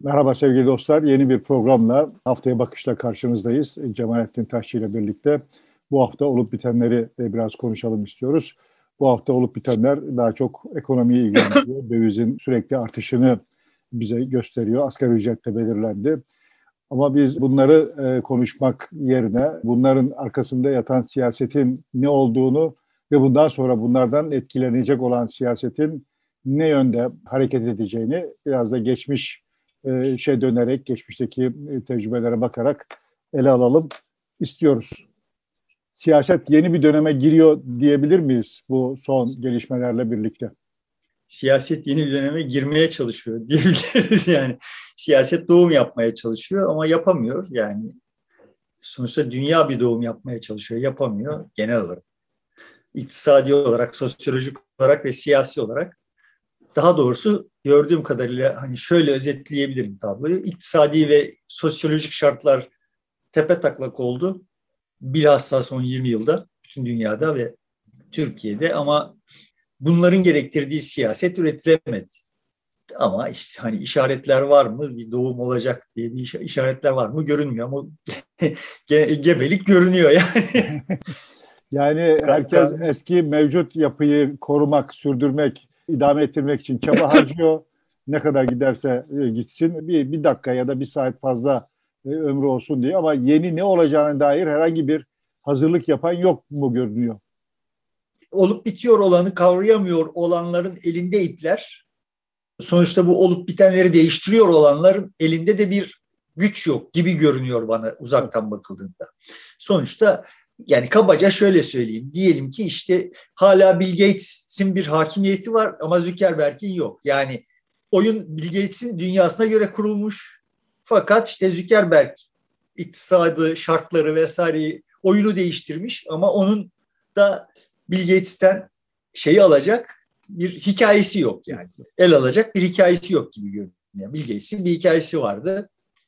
Merhaba sevgili dostlar. Yeni bir programla Haftaya Bakış'la karşınızdayız. Cemalettin Taşçı ile birlikte bu hafta olup bitenleri de biraz konuşalım istiyoruz. Bu hafta olup bitenler daha çok ekonomiyi ilgilendiriyor. Dövizin sürekli artışını bize gösteriyor. Asgari ücret de belirlendi. Ama biz bunları konuşmak yerine bunların arkasında yatan siyasetin ne olduğunu ve bundan sonra bunlardan etkilenecek olan siyasetin ne yönde hareket edeceğini biraz da dönerek, geçmişteki tecrübelere bakarak ele alalım istiyoruz. Siyaset yeni bir döneme giriyor diyebilir miyiz bu son gelişmelerle birlikte? Siyaset yeni bir döneme girmeye çalışıyor diyebiliriz yani. Siyaset doğum yapmaya çalışıyor ama yapamıyor yani. Sonuçta dünya bir doğum yapmaya çalışıyor, yapamıyor genel olarak. İktisadi olarak, sosyolojik olarak ve siyasi olarak. Daha doğrusu gördüğüm kadarıyla hani şöyle özetleyebilirim tabloyu. İktisadi ve sosyolojik şartlar tepetaklak oldu. Bilhassa son 20 yılda bütün dünyada ve Türkiye'de ama bunların gerektirdiği siyaset üretilemedi. Ama işte hani işaretler var mı? Bir doğum olacak diye bir işaretler var mı? Görünmüyor ama gebelik görünüyor yani. Yani herkes eski mevcut yapıyı korumak, sürdürmek, idame ettirmek için çaba harcıyor. Ne kadar giderse gitsin bir dakika ya da bir saat fazla ömrü olsun diye. Ama yeni ne olacağına dair herhangi bir hazırlık yapan yok mu görünüyor? Olup bitiyor olanı kavrayamıyor olanların elinde ipler. Sonuçta bu olup bitenleri değiştiriyor olanların elinde de bir güç yok gibi görünüyor bana uzaktan bakıldığında. Sonuçta yani kabaca şöyle söyleyeyim. Diyelim ki işte hala Bill Gates'in bir hakimiyeti var ama Zuckerberg'in yok. Yani oyun Bill Gates'in dünyasına göre kurulmuş. Fakat işte Zuckerberg iktisadı, şartları vesaireyi oyunu değiştirmiş ama onun da Bill Gates'ten şeyi alacak bir hikayesi yok yani. El alacak bir hikayesi yok gibi görünüyor. Bill Gates'in bir hikayesi vardı.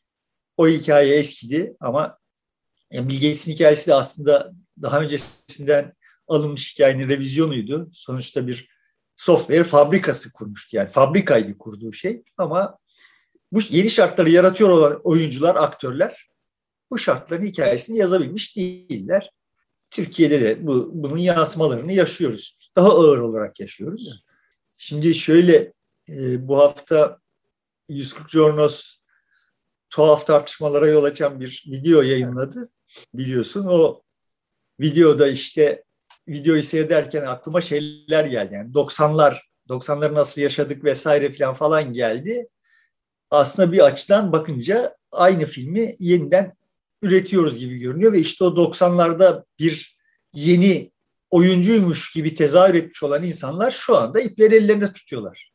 O hikaye eskidi ama yani Bill Gates'in hikayesi de aslında daha öncesinden alınmış hikayenin revizyonuydu. Sonuçta bir software fabrikası kurmuştu. Yani fabrikaydı kurduğu şey ama bu yeni şartları yaratıyor olan oyuncular, aktörler bu şartların hikayesini yazabilmiş değiller. Türkiye'de de bunun yansımalarını yaşıyoruz. Daha ağır olarak yaşıyoruz. Şimdi şöyle bu hafta 140 Jornos tuhaf tartışmalara yol açan bir video yayınladı. Biliyorsun o videoda işte videoyu seyrederken aklıma şeyler geldi. Yani 90'ları nasıl yaşadık vesaire falan geldi. Aslında bir açıdan bakınca aynı filmi yeniden üretiyoruz gibi görünüyor ve işte o 90'larda bir yeni oyuncuymuş gibi tezahür etmiş olan insanlar şu anda ipleri ellerinde tutuyorlar.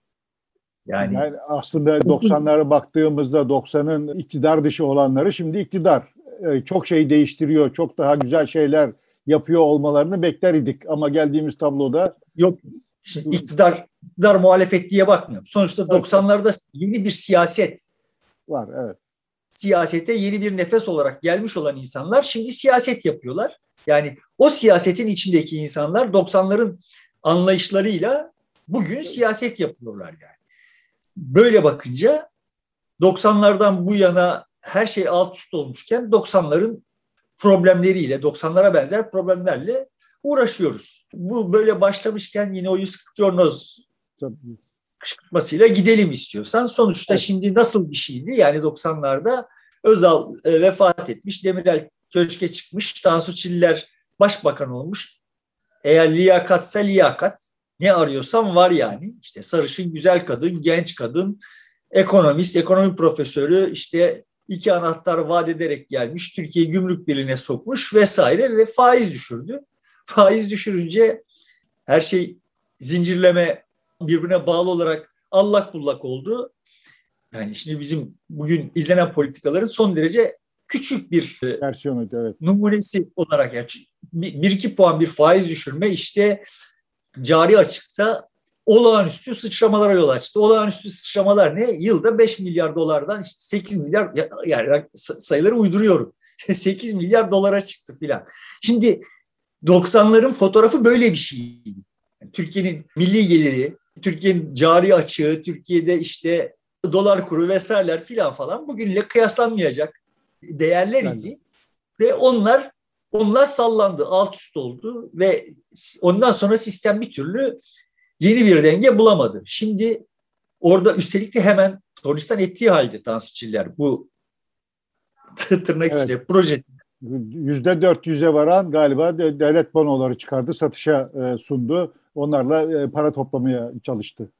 Yani Yani aslında 90'lara baktığımızda 90'ın iktidar dışı olanları şimdi iktidar. Çok şey değiştiriyor, çok daha güzel şeyler yapıyor olmalarını bekler idik. Ama geldiğimiz tabloda yok şimdi iktidar muhalefet diye bakmıyorum. Sonuçta 90'larda yeni bir siyaset var, evet. Siyasete yeni bir nefes olarak gelmiş olan insanlar şimdi siyaset yapıyorlar. Yani o siyasetin içindeki insanlar 90'ların anlayışlarıyla bugün siyaset yapıyorlar yani. Böyle bakınca 90'lardan bu yana her şey alt üst olmuşken 90'ların problemleriyle, 90'lara benzer problemlerle uğraşıyoruz. Bu böyle başlamışken yine o 140 Jornoz kışkırtmasıyla gidelim istiyorsan. Sonuçta evet. Şimdi nasıl bir şeydi? Yani 90'larda Özal vefat etmiş, Demirel köşke çıkmış, Tansu Çiller başbakan olmuş. Eğer liyakatsa liyakat, ne arıyorsan var yani. İşte sarışın, güzel kadın, genç kadın, ekonomist, ekonomi profesörü, işte 2 anahtar vaat ederek gelmiş, Türkiye'yi gümrük birliğine sokmuş vesaire ve faiz düşürdü. Faiz düşürünce her şey zincirleme birbirine bağlı olarak allak bullak oldu. Yani şimdi bizim bugün izlenen politikaların son derece küçük bir versiyonu, evet. Numunesi olarak yani 1-2 puan bir faiz düşürme işte cari açıkta olağanüstü sıçramalara yol açtı. Olağanüstü sıçramalar ne? Yılda 5 milyar dolardan işte 8 milyar yani sayıları uyduruyorum. 8 milyar dolara çıktı filan. Şimdi 90'ların fotoğrafı böyle bir şeydi. Yani Türkiye'nin milli geliri, Türkiye'nin cari açığı, Türkiye'de işte dolar kuru vesaireler filan falan bugünle kıyaslanmayacak değerler idi. Ve onlar sallandı, alt üst oldu ve ondan sonra sistem bir türlü yeni bir denge bulamadı. Şimdi orada üstelik de hemen Tornistan ettiği halde Tansu Çiller bu tırnak içinde projesi. %400'e varan galiba devlet bonoları çıkardı, satışa sundu. Onlarla para toplamaya çalıştı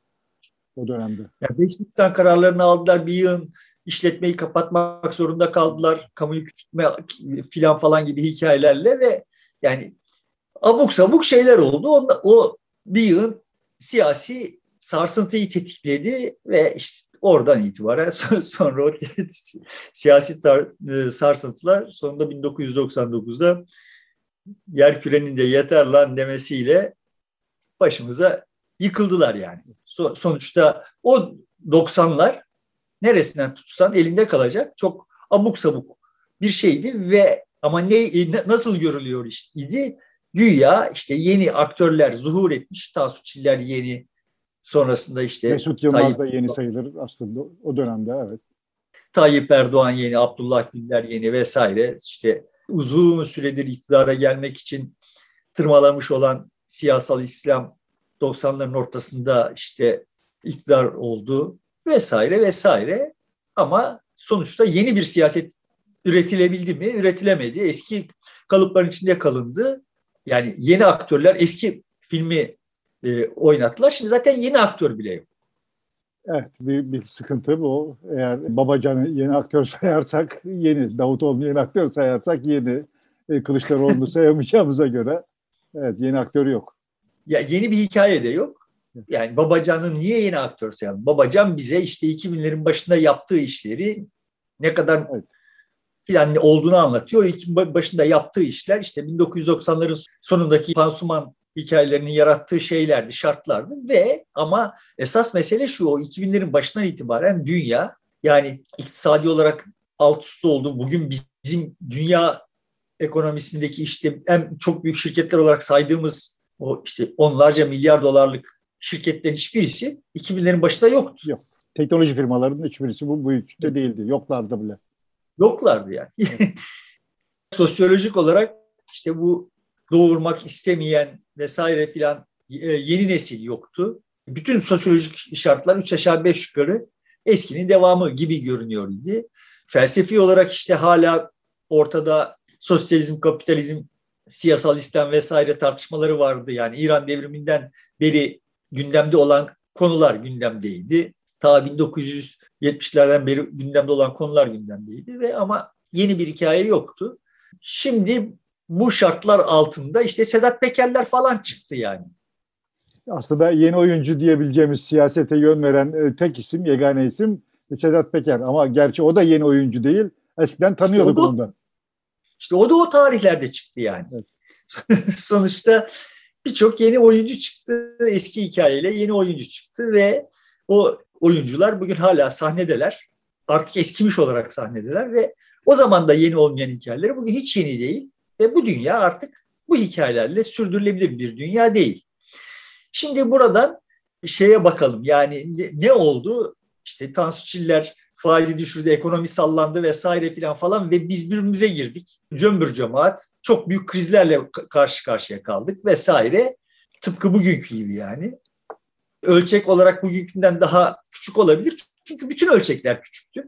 o dönemde. Yani 5 Nisan kararlarını aldılar. Bir yığın işletmeyi kapatmak zorunda kaldılar. Kamuyu küçültme filan falan gibi hikayelerle ve yani abuk sabuk şeyler oldu. O bir yığın siyasi sarsıntıyı tetikledi ve işte oradan itibaren sonra o siyasi sarsıntılar sonunda 1999'da yerkürenin de yeter lan demesiyle başımıza yıkıldılar yani. Sonuçta o 90'lar neresinden tutsan elinde kalacak çok abuk sabuk bir şeydi ve ama nasıl görülüyor idi? Güya işte yeni aktörler zuhur etmiş. Tansu Çiller yeni, sonrasında işte Mesut Yılmaz da yeni sayılır aslında o dönemde, evet. Tayyip Erdoğan yeni, Abdullah Güller yeni vesaire. İşte uzun süredir iktidara gelmek için tırmalamış olan siyasal İslam 90'ların ortasında işte iktidar oldu vesaire vesaire. Ama sonuçta yeni bir siyaset üretilebildi mi? Üretilemedi. Eski kalıpların içinde kalındı. Yani yeni aktörler eski filmi oynattılar. Şimdi zaten yeni aktör bile yok. Evet, bir sıkıntı bu. Eğer Babacan'ı yeni aktör sayarsak yeni, Davutoğlu'nu yeni aktör sayarsak yeni, Kılıçdaroğlu'nu sayamayacağımıza göre evet, yeni aktör yok. Ya yeni bir hikaye de yok. Yani Babacan'ın niye yeni aktör sayalım? Babacan bize işte 2000'lerin başında yaptığı işleri ne kadar planlı olduğunu anlatıyor. 2000 başında yaptığı işler işte 1990'ların sonundaki pansuman hikayelerinin yarattığı şeylerdi, şartlardı ve ama esas mesele şu, o 2000'lerin başından itibaren dünya yani iktisadi olarak alt üst oldu. Bugün bizim dünya ekonomisindeki işte en çok büyük şirketler olarak saydığımız o işte onlarca milyar dolarlık şirketlerin hiçbirisi 2000'lerin başında yoktu. Yok. Teknoloji firmalarının hiçbirisi bu büyüklükte değildi. Yoklardı bile. Yoklardı yani. Sosyolojik olarak işte bu doğurmak istemeyen vesaire filan yeni nesil yoktu. Bütün sosyolojik şartlar 3 aşağı 5 yukarı eskinin devamı gibi görünüyordu. Felsefi olarak işte hala ortada sosyalizm, kapitalizm, siyasal İslam vesaire tartışmaları vardı. Yani İran devriminden beri gündemde olan konular gündemdeydi. Ta 1970'lerden beri gündemde olan konular gündemdeydi ve ama yeni bir hikaye yoktu. Şimdi bu şartlar altında işte Sedat Pekerler falan çıktı yani. Aslında yeni oyuncu diyebileceğimiz siyasete yön veren tek isim, yegane isim Sedat Peker. Ama gerçi o da yeni oyuncu değil. Eskiden tanıyorduk işte ondan. İşte o da o tarihlerde çıktı yani. Evet. Sonuçta birçok yeni oyuncu çıktı. Eski hikayeyle yeni oyuncu çıktı ve o oyuncular bugün hala sahnedeler. Artık eskimiş olarak sahnedeler ve o zaman da yeni olmayan hikayeleri bugün hiç yeni değil. Ve bu dünya artık bu hikayelerle sürdürülebilir bir dünya değil. Şimdi buradan şeye bakalım. Yani ne oldu? İşte Tansu Çiller faizi düşürdü, ekonomi sallandı vesaire falan ve biz birbirimize girdik. Cömbür cemaat çok büyük krizlerle karşı karşıya kaldık vesaire. Tıpkı bugünkü gibi yani. Ölçek olarak bugünkünden daha küçük olabilir. Çünkü bütün ölçekler küçüktü.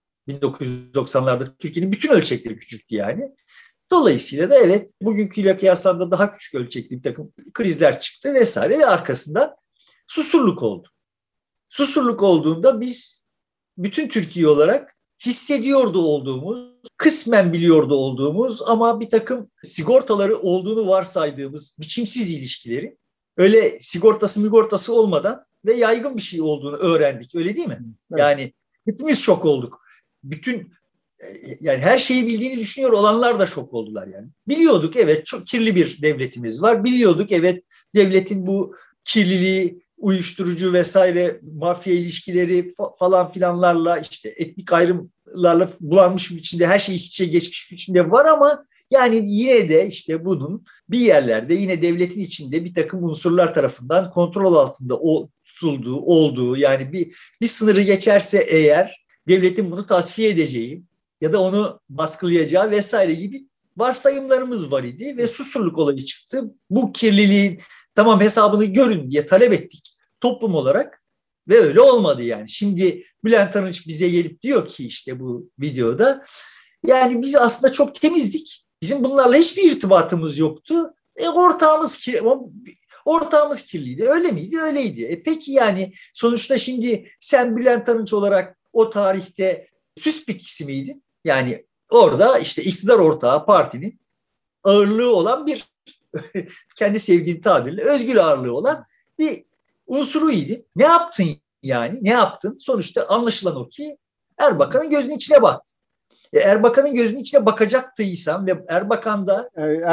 1990'larda Türkiye'nin bütün ölçekleri küçüktü yani. Dolayısıyla da evet bugünküyle kıyasla daha küçük ölçekli bir takım krizler çıktı vesaire ve arkasından susurluk oldu. Susurluk olduğunda biz bütün Türkiye olarak hissediyordu olduğumuz, kısmen biliyordu olduğumuz ama bir takım sigortaları olduğunu varsaydığımız biçimsiz ilişkileri öyle sigortası olmadan ve yaygın bir şey olduğunu öğrendik. Öyle değil mi? Evet. Yani hepimiz şok olduk. Yani her şeyi bildiğini düşünüyor olanlar da şok oldular yani. Biliyorduk evet çok kirli bir devletimiz var. Biliyorduk evet devletin bu kirliliği, uyuşturucu vesaire mafya ilişkileri falan filanlarla işte etnik ayrımlarla bulanmış bir biçimde her şey iç içe geçmiş bir biçimde var ama Yani yine de işte bunun bir yerlerde yine devletin içinde bir takım unsurlar tarafından kontrol altında tutulduğu, olduğu, yani bir sınırı geçerse eğer devletin bunu tasfiye edeceği ya da onu baskılayacağı vesaire gibi varsayımlarımız var idi ve Susurluk olayı çıktı. Bu kirliliğin tamam hesabını görün diye talep ettik toplum olarak ve öyle olmadı yani. Şimdi Bülent Arınç bize gelip diyor ki işte bu videoda, yani biz aslında çok temizdik. Bizim bunlarla hiçbir irtibatımız yoktu. Ortağımız kirliydi. Öyle miydi? Öyleydi. Peki yani sonuçta şimdi sen Bülent Arınç olarak o tarihte süs bitkisi miydin? Yani orada işte iktidar ortağı partinin ağırlığı olan bir kendi sevdiğin tabirle özgür ağırlığı olan bir unsuruydu. Ne yaptın yani? Ne yaptın? Sonuçta anlaşılan o ki Erbakan'ın gözünün içine baktın. Erbakan'ın gözünün içine bakacaktıysan ve Erbakan da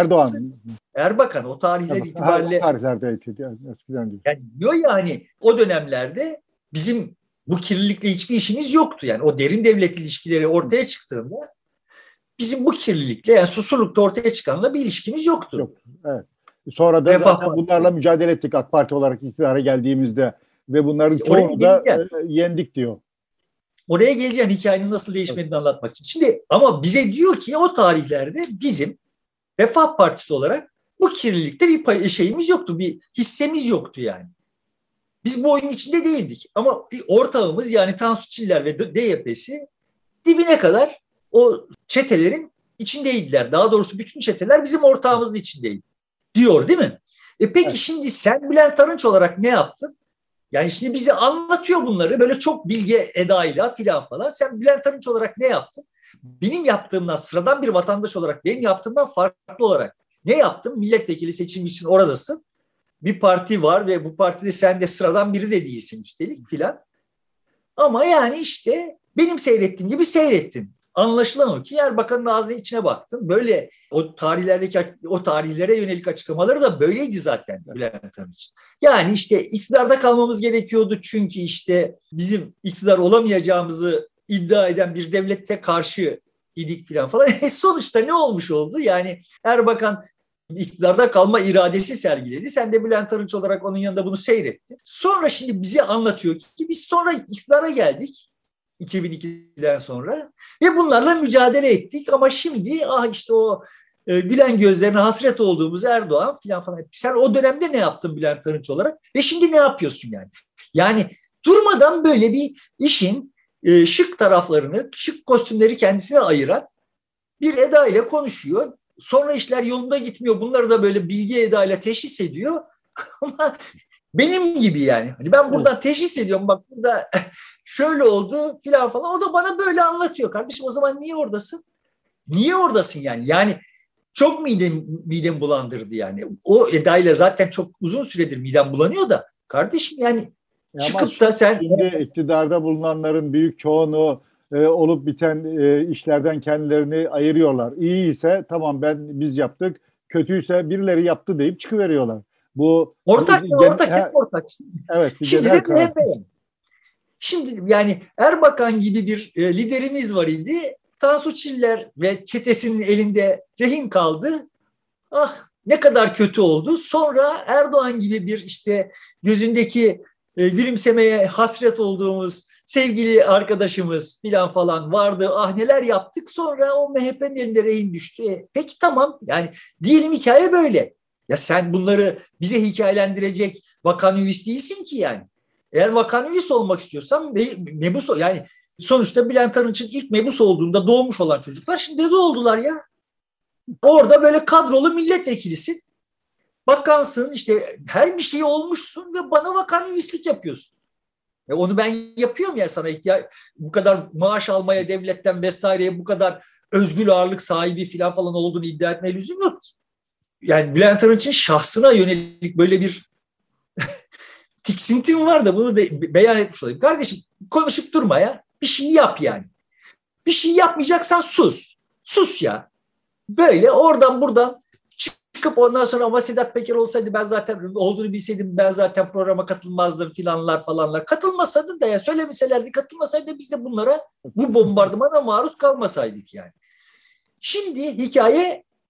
Erbakan o tarihler itibariyle o tarihlerdeydi yani, eskiden değil. Yani diyor ya hani o dönemlerde bizim bu kirlilikle hiçbir işimiz yoktu. Yani o derin devlet ilişkileri ortaya çıktığında bizim bu kirlilikle, yani Susurluk'ta ortaya çıkanla bir ilişkimiz yoktu. Yok, evet. Sonra da zaten bunlarla mücadele ettik AK Parti olarak iktidara geldiğimizde ve bunların çoğunu da yendik diyor. Oraya geleceğim, hikayenin nasıl değişmediğini anlatmak için. Şimdi ama bize diyor ki o tarihlerde bizim Refah Partisi olarak bu kirlilikte bir şeyimiz yoktu, bir hissemiz yoktu yani. Biz bu oyunun içinde değildik. Ama bir ortağımız yani Tansu Çiller ve DYP'si dibine kadar o çetelerin içindeydiler. Daha doğrusu bütün çeteler bizim ortağımızın içindeydi. Diyor değil mi? Peki evet. Şimdi sen Bülent Arınç olarak ne yaptın? Yani şimdi bize anlatıyor bunları böyle çok bilge edayla filan falan. Sen Bülent Arınç olarak ne yaptın? Benim yaptığımdan, sıradan bir vatandaş olarak benim yaptığımdan farklı olarak ne yaptım? Milletvekili seçilmişsin, oradasın. Bir parti var ve bu partide sen de sıradan biri de değilsin üstelik filan. Ama yani işte benim seyrettiğim gibi seyrettin. Anlaşılan o ki Erbakan'ın ağzının içine baktın. Böyle o tarihlere yönelik açıklamaları da böyleydi zaten Bülent Arınç. Yani işte iktidarda kalmamız gerekiyordu çünkü işte bizim iktidar olamayacağımızı iddia eden bir devlete karşı idik falan. Sonuçta ne olmuş oldu? Yani Erbakan iktidarda kalma iradesi sergiledi. Sen de Bülent Arınç olarak onun yanında bunu seyrettin. Sonra şimdi bize anlatıyor ki biz sonra iktidara geldik 2002'den sonra ve bunlarla mücadele ettik ama şimdi işte o gülen gözlerine hasret olduğumuz Erdoğan falan. Sen o dönemde ne yaptın Bülent Arınç olarak ve şimdi ne yapıyorsun yani? Yani durmadan böyle bir işin şık taraflarını, şık kostümleri kendisine ayıran bir eda ile konuşuyor. Sonra işler yolunda gitmiyor. Bunları da böyle bilgi edayla teşhis ediyor. Ama benim gibi yani. Hani ben buradan teşhis ediyorum. Bak burada şöyle oldu falan. O da bana böyle anlatıyor. Kardeşim o zaman niye oradasın? Niye oradasın yani? Yani çok midem bulandırdı yani. O edayla zaten çok uzun süredir midem bulanıyor da. Kardeşim yani çıkıp da sen... Şimdi iktidarda bulunanların büyük çoğunu olup biten işlerden kendilerini ayırıyorlar. İyi ise tamam biz yaptık, kötüyse birileri yaptı deyip çıkıveriyorlar. Bu ortak. Evet. Şimdi de MHP. Şimdi yani Erbakan gibi bir liderimiz var idi. Tansu Çiller ve çetesinin elinde rehin kaldı. Ah ne kadar kötü oldu. Sonra Erdoğan gibi bir işte gözündeki gülümsemeye hasret olduğumuz sevgili arkadaşımız falan vardı. Ah neler yaptık. Sonra o MHP'nin elinde rehin düştü. Peki tamam yani diyelim hikaye böyle. Ya sen bunları bize hikayelendirecek Vakan Üvis değilsin ki yani. Eğer Vakan Üvis olmak istiyorsan mebus yani sonuçta Bülent Arınç'ın ilk mebus olduğunda doğmuş olan çocuklar şimdi de oldular ya. Orada böyle kadrolu milletvekilisin. Bakansın işte her bir şey olmuşsun ve bana Vakan Üvislik yapıyorsun. Onu ben yapıyorum ya sana bu kadar maaş almaya devletten vesaireye bu kadar özgür ağırlık sahibi falan olduğunu iddia etmeye lüzum yok. Yani Bülent Arınç'ın şahsına yönelik böyle bir tiksintim var da bunu da beyan etmiş olayım. Kardeşim konuşup durma ya. Bir şey yap yani. Bir şey yapmayacaksan sus. Sus ya. Böyle oradan buradan çıkıp ondan sonra ama Sedat Peker olsaydı ben zaten olduğunu bilseydim ben zaten programa katılmazdım falanlar. Katılmasaydın da ya söylemeselerdi katılmasaydı biz de bunlara bu bombardımana maruz kalmasaydık yani. Şimdi hikaye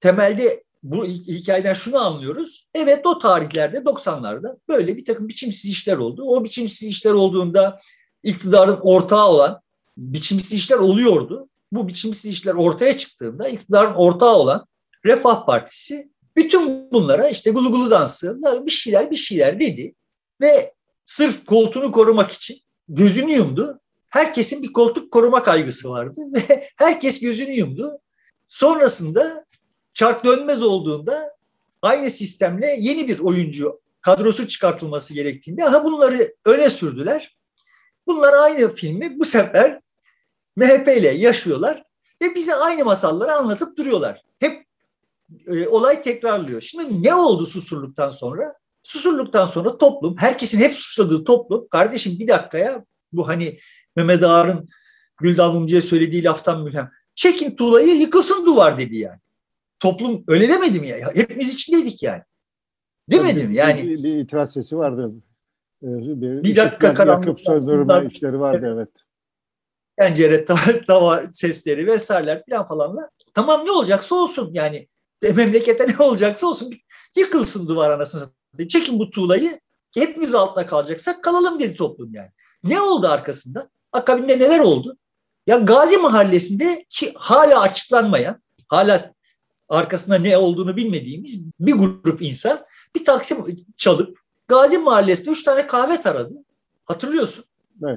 temelde bu hikayeden şunu anlıyoruz. Evet, o tarihlerde 90'larda böyle bir takım biçimsiz işler oldu. O biçimsiz işler olduğunda iktidarın ortağı olan biçimsiz işler oluyordu. Bu biçimsiz işler ortaya çıktığında iktidarın ortağı olan Refah Partisi bütün bunlara işte gulu gulu dansı bir şeyler dedi ve sırf koltuğunu korumak için gözünü yumdu. Herkesin bir koltuk koruma kaygısı vardı ve herkes gözünü yumdu. Sonrasında çark dönmez olduğunda aynı sistemle yeni bir oyuncu kadrosu çıkartılması gerektiğinde bunları öne sürdüler. Bunlar aynı filmi bu sefer MHP ile yaşıyorlar ve bize aynı masalları anlatıp duruyorlar. Hep olay tekrarlıyor. Şimdi ne oldu Susurluk'tan sonra? Susurluk'tan sonra toplum, herkesin hep suçladığı toplum, kardeşim bir dakika ya, bu hani Mehmet Ağar'ın Güldan Mumcu'ya söylediği laftan mülhem. Çekin tuğlayı, yıkılsın duvar dedi yani. Toplum öyle demedi mi ya? Hepimiz içindeydik yani. Demedim yani. Bir itiraz sesi vardı. Bir dakika karanlık. Yakıp söndürme işleri vardı, evet. Pencere, tava sesleri vesaireler falanlar. Tamam, ne olacaksa olsun yani. Memlekete ne olacaksa olsun. Yıkılsın duvar anasını satayım. Çekin bu tuğlayı. Hepimiz altında kalacaksak kalalım dedi toplum yani. Ne oldu arkasında? Akabinde neler oldu? Ya Gazi Mahallesi'nde ki hala açıklanmayan, hala arkasında ne olduğunu bilmediğimiz bir grup insan bir taksi çalıp Gazi Mahallesi'nde 3 tane kahve taradı. Hatırlıyorsun. Evet.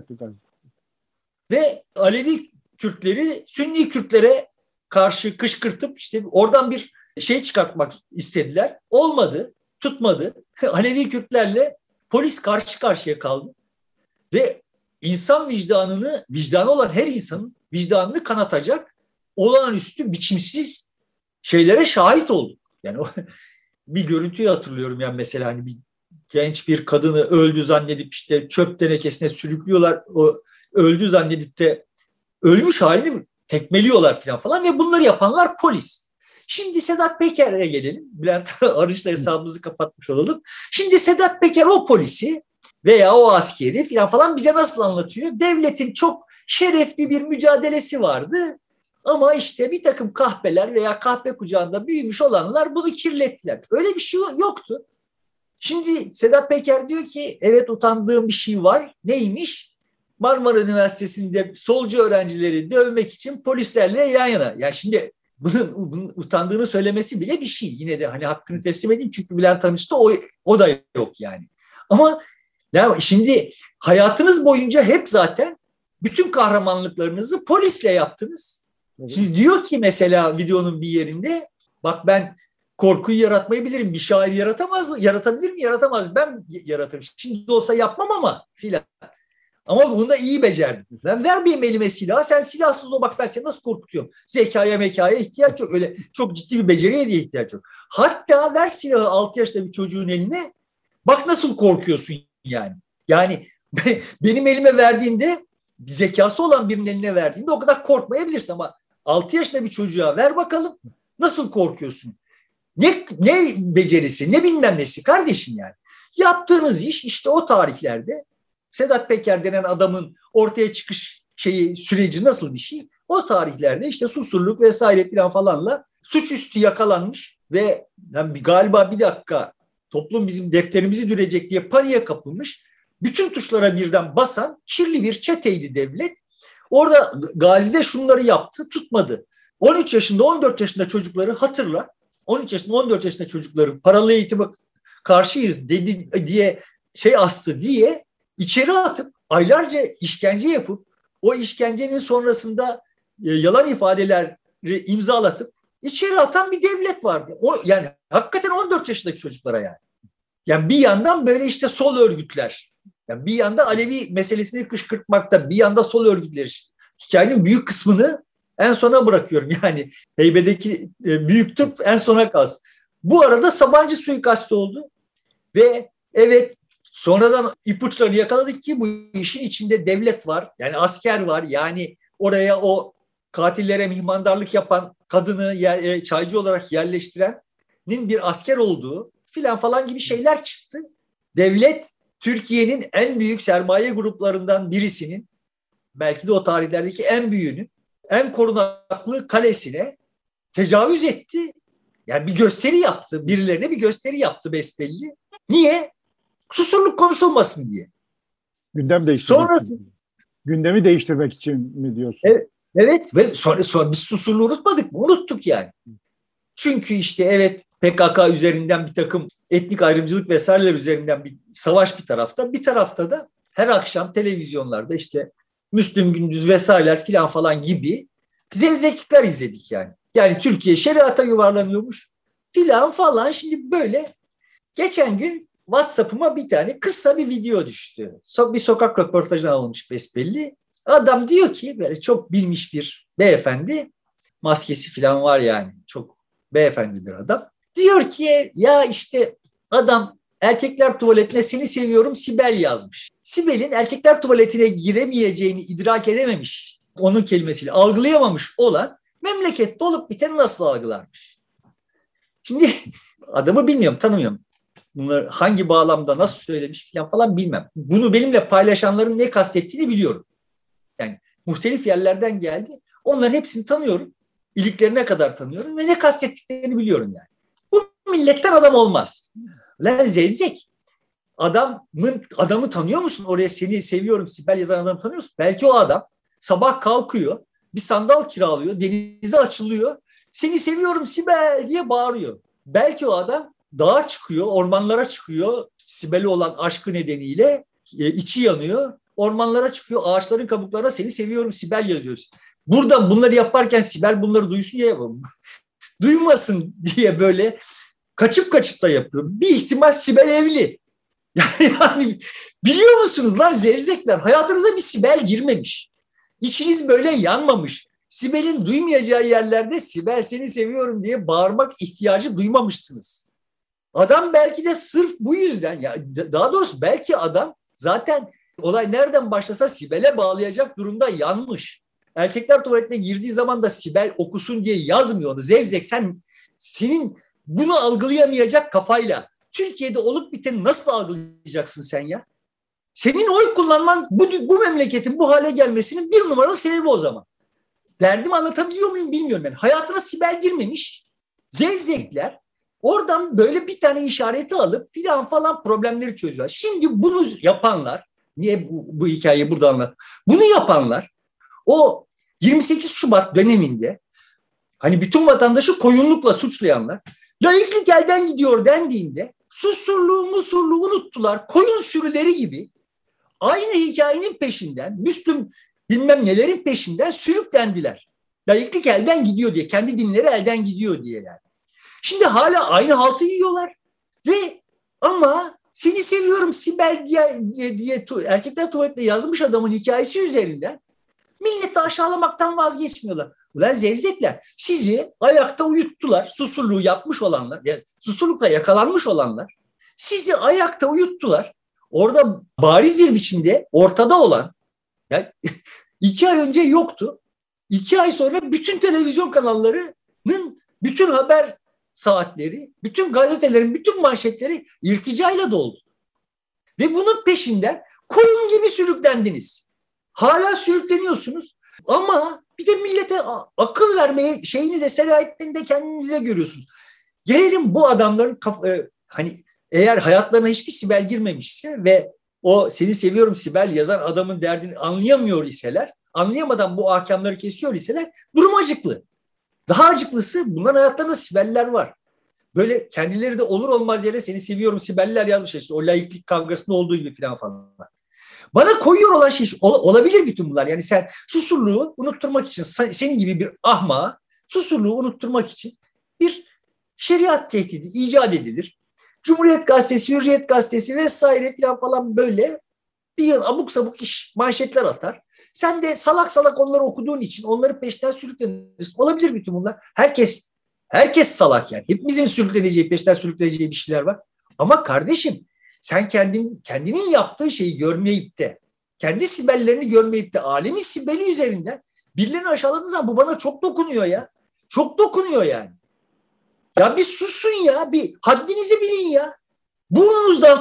Ve Alevi Kürtleri Sünni Kürtlere karşı kışkırtıp işte oradan bir şey çıkartmak istediler. Olmadı, tutmadı. Alevi Kürtlerle polis karşı karşıya kaldı. Ve insan vicdanı olan her insanın vicdanını kanatacak olağanüstü biçimsiz şeylere şahit olduk. Yani bir görüntüyü hatırlıyorum yani, mesela hani bir genç bir kadını öldü zannedip işte çöp tenekesine sürüklüyorlar. O öldü zannedip de ölmüş halini tekmeliyorlar falan ve bunları yapanlar polis. Şimdi Sedat Peker'e gelelim. Bülent Arınç'la hesabımızı kapatmış olalım. Şimdi Sedat Peker o polisi veya o askeri falan bize nasıl anlatıyor? Devletin çok şerefli bir mücadelesi vardı. Ama işte bir takım kahpeler veya kahpe kucağında büyümüş olanlar bunu kirlettiler. Öyle bir şey yoktu. Şimdi Sedat Peker diyor ki evet, utandığım bir şey var. Neymiş? Marmara Üniversitesi'nde solcu öğrencileri dövmek için polislerle yan yana. Yani şimdi bunun utandığını söylemesi bile bir şey. Yine de hani hakkını teslim edeyim çünkü Bülent Arınç'ta o da yok yani. Ama yani şimdi hayatınız boyunca hep zaten bütün kahramanlıklarınızı polisle yaptınız. Şimdi diyor ki mesela videonun bir yerinde, bak ben korkuyu yaratmayı bilirim. Bir şair yaratamaz mı? Yaratabilir mi? Yaratamaz. Ben yaratırım. Şimdi olsa yapmam ama filan. Ama bunu da iyi becerdim. Ben ver benim elime silahı. Sen silahsız ol, bak ben seni nasıl korkutuyorum. Zekaya mekaya ihtiyaç yok. Öyle çok ciddi bir beceriye diye ihtiyaç yok. Hatta ver silahı 6 yaşında bir çocuğun eline. Bak nasıl korkuyorsun yani. Yani benim elime verdiğinde, zekası olan birinin eline verdiğinde o kadar korkmayabilirsin ama 6 yaşında bir çocuğa ver bakalım nasıl korkuyorsun. Ne becerisi, ne bilmem nesi kardeşim yani. Yaptığınız iş işte o tarihlerde Sedat Peker denen adamın ortaya çıkış süreci nasıl bir şey? O tarihlerde işte Susurluk vesaire falanla suçüstü yakalanmış ve yani galiba bir dakika toplum bizim defterimizi dürecek diye paniğe kapılmış. Bütün tuşlara birden basan kirli bir çeteydi devlet. Orada Gazi'de şunları yaptı, tutmadı. 13 yaşında, 14 yaşında çocukları hatırla. 13 yaşında, 14 yaşında çocukları paralı eğitime karşıyız dedi diye astı diye içeri atıp aylarca işkence yapıp o işkencenin sonrasında yalan ifadeleri imzalatıp içeri atan bir devlet vardı. O yani hakikaten 14 yaşındaki çocuklara yani. Yani bir yandan böyle işte sol örgütler, yani bir yanda Alevi meselesini kışkırtmakta, bir yanda sol örgütler. Hikayenin büyük kısmını en sona bırakıyorum. Yani heybedeki büyük tıp en sona kalsın. Bu arada Sabancı suikastı oldu ve evet, sonradan ipuçlarını yakaladık ki bu işin içinde devlet var. Yani asker var. Yani oraya o katillere mihmandarlık yapan kadını çaycı olarak yerleştirenin bir asker olduğu falan gibi şeyler çıktı. Devlet Türkiye'nin en büyük sermaye gruplarından birisinin, belki de o tarihlerdeki en büyüğünün en korunaklı kalesine tecavüz etti Yani bir gösteri yaptı. Birilerine bir gösteri yaptı besbelli. Niye? Susurluk konuşulmasın diye. Gündem değiştirmek Sonrası için. Gündemi değiştirmek için mi diyorsun? evet, evet ve sonra biz Susurluğu unutmadık mı? Unuttuk yani. Çünkü işte evet PKK üzerinden bir takım etnik ayrımcılık vesaireler üzerinden bir savaş bir tarafta. Bir tarafta da her akşam televizyonlarda işte Müslüm Gündüz vesaireler filan falan gibi zevzeklikler izledik yani. Yani Türkiye şeriata yuvarlanıyormuş filan falan. Şimdi böyle geçen gün WhatsApp'ıma bir tane kısa bir video düştü. Bir sokak röportajından alınmış besbelli. Adam diyor ki böyle çok bilmiş bir beyefendi, maskesi falan var yani, çok beyefendi bir adam. Diyor ki ya işte adam erkekler tuvaletine seni seviyorum Sibel yazmış. Sibel'in erkekler tuvaletine giremeyeceğini idrak edememiş, onun kelimesiyle algılayamamış olan memlekette olup biteni nasıl algılarmış? Şimdi adamı bilmiyorum, tanımıyorum. Bunları hangi bağlamda nasıl söylemiş falan bilmem. Bunu benimle paylaşanların ne kastettiğini biliyorum. Yani muhtelif yerlerden geldi. Onların hepsini tanıyorum. İliklerine kadar tanıyorum ve ne kastettiklerini biliyorum yani. Bu milletten adam olmaz. Lan zevzek. Adamı tanıyor musun? Oraya seni seviyorum Sibel yazan adamı tanıyor musun? Belki o adam sabah kalkıyor, bir sandal kiralıyor, denize açılıyor. Seni seviyorum Sibel diye bağırıyor. Belki o adam dağa çıkıyor, ormanlara çıkıyor. Sibel'e olan aşkı nedeniyle içi yanıyor. Ormanlara çıkıyor, ağaçların kabuklarına seni seviyorum Sibel yazıyoruz. Burada bunları yaparken Sibel bunları duysun diye yapalım. Duymasın diye böyle kaçıp da yapıyor. Bir ihtimal Sibel evli. Yani biliyor musunuz lan zevzekler, hayatınıza bir Sibel girmemiş. İçiniz böyle yanmamış. Sibel'in duymayacağı yerlerde Sibel seni seviyorum diye bağırmak ihtiyacı duymamışsınız. Adam belki de sırf bu yüzden, ya daha doğrusu belki adam zaten olay nereden başlasa Sibel'e bağlayacak durumda yanmış. Erkekler tuvaletine girdiği zaman da Sibel okusun diye yazmıyor onu. Zevzek, senin bunu algılayamayacak kafayla Türkiye'de olup biteni nasıl algılayacaksın sen ya? Senin oy kullanman bu memleketin bu hale gelmesinin bir numaralı sebebi o zaman. Derdimi anlatabiliyor muyum bilmiyorum ben. Hayatına Sibel girmemiş zevzekler oradan böyle bir tane işareti alıp filan falan problemleri çözüyorlar. Şimdi bunu yapanlar, niye bu hikayeyi burada anlat? Bunu yapanlar o 28 Şubat döneminde hani bütün vatandaşı koyunlukla suçlayanlar, laiklik elden gidiyor dendiğinde Susurluğu musurluğu unuttular. Koyun sürüleri gibi aynı hikayenin peşinden, Müslüm bilmem nelerin peşinden sürüklendiler. Laiklik elden gidiyor diye, kendi dinleri elden gidiyor diye yani. Şimdi hala aynı haltı yiyorlar ve ama seni seviyorum Sibel diye erkekler tuvaletinde yazmış adamın hikayesi üzerinden milleti aşağılamaktan vazgeçmiyorlar. Ulan zevzekler, sizi ayakta uyuttular. Susurluğu yapmış olanlar, yani susurlukla yakalanmış olanlar sizi ayakta uyuttular. Orada bariz bir biçimde ortada olan, yani 2 ay önce yoktu. 2 ay sonra bütün televizyon kanallarının bütün haber saatleri, bütün gazetelerin bütün manşetleri irticayla doldu. Ve bunun peşinden koyun gibi sürüklendiniz. Hala sürükleniyorsunuz ama bir de millete akıl vermeye şeyini de selahiyetini de kendinize görüyorsunuz. Gelelim bu adamların hani eğer hayatlarına hiçbir Sibel girmemişse ve o seni seviyorum Sibel yazan adamın derdini anlayamıyor iseler, anlayamadan bu ahkamları kesiyor iseler durum acıklı. Daha acıklısı bunların hayatlarında Sibel'ler var. Böyle kendileri de olur olmaz yere seni seviyorum Sibel'ler yazmış işte o laiklik kavgasında olduğu gibi falan. Bana koyuyor olan şey olabilir bütün bunlar. Yani sen Susurluğu unutturmak için senin gibi bir ahmağa Susurluğu unutturmak için bir şeriat tehdidi icat edilir. Cumhuriyet Gazetesi, Hürriyet Gazetesi vesaire falan böyle bir yıl abuk sabuk iş manşetler atar. Sen de salak salak onları okuduğun için onları peşten sürüklenirsin. Olabilir bütün bunlar. Herkes salak yani. Hepimizin sürükleneceği, peşten sürükleneceği bir şeyler var. Ama kardeşim sen kendinin yaptığı şeyi görmeyip de, kendi Sibellerini görmeyip de alemi Sibeli üzerinden birilerini aşağıladığın zaman bu bana çok dokunuyor ya. Çok dokunuyor yani. Ya bir susun ya, bir haddinizi bilin ya. Burnunuzdan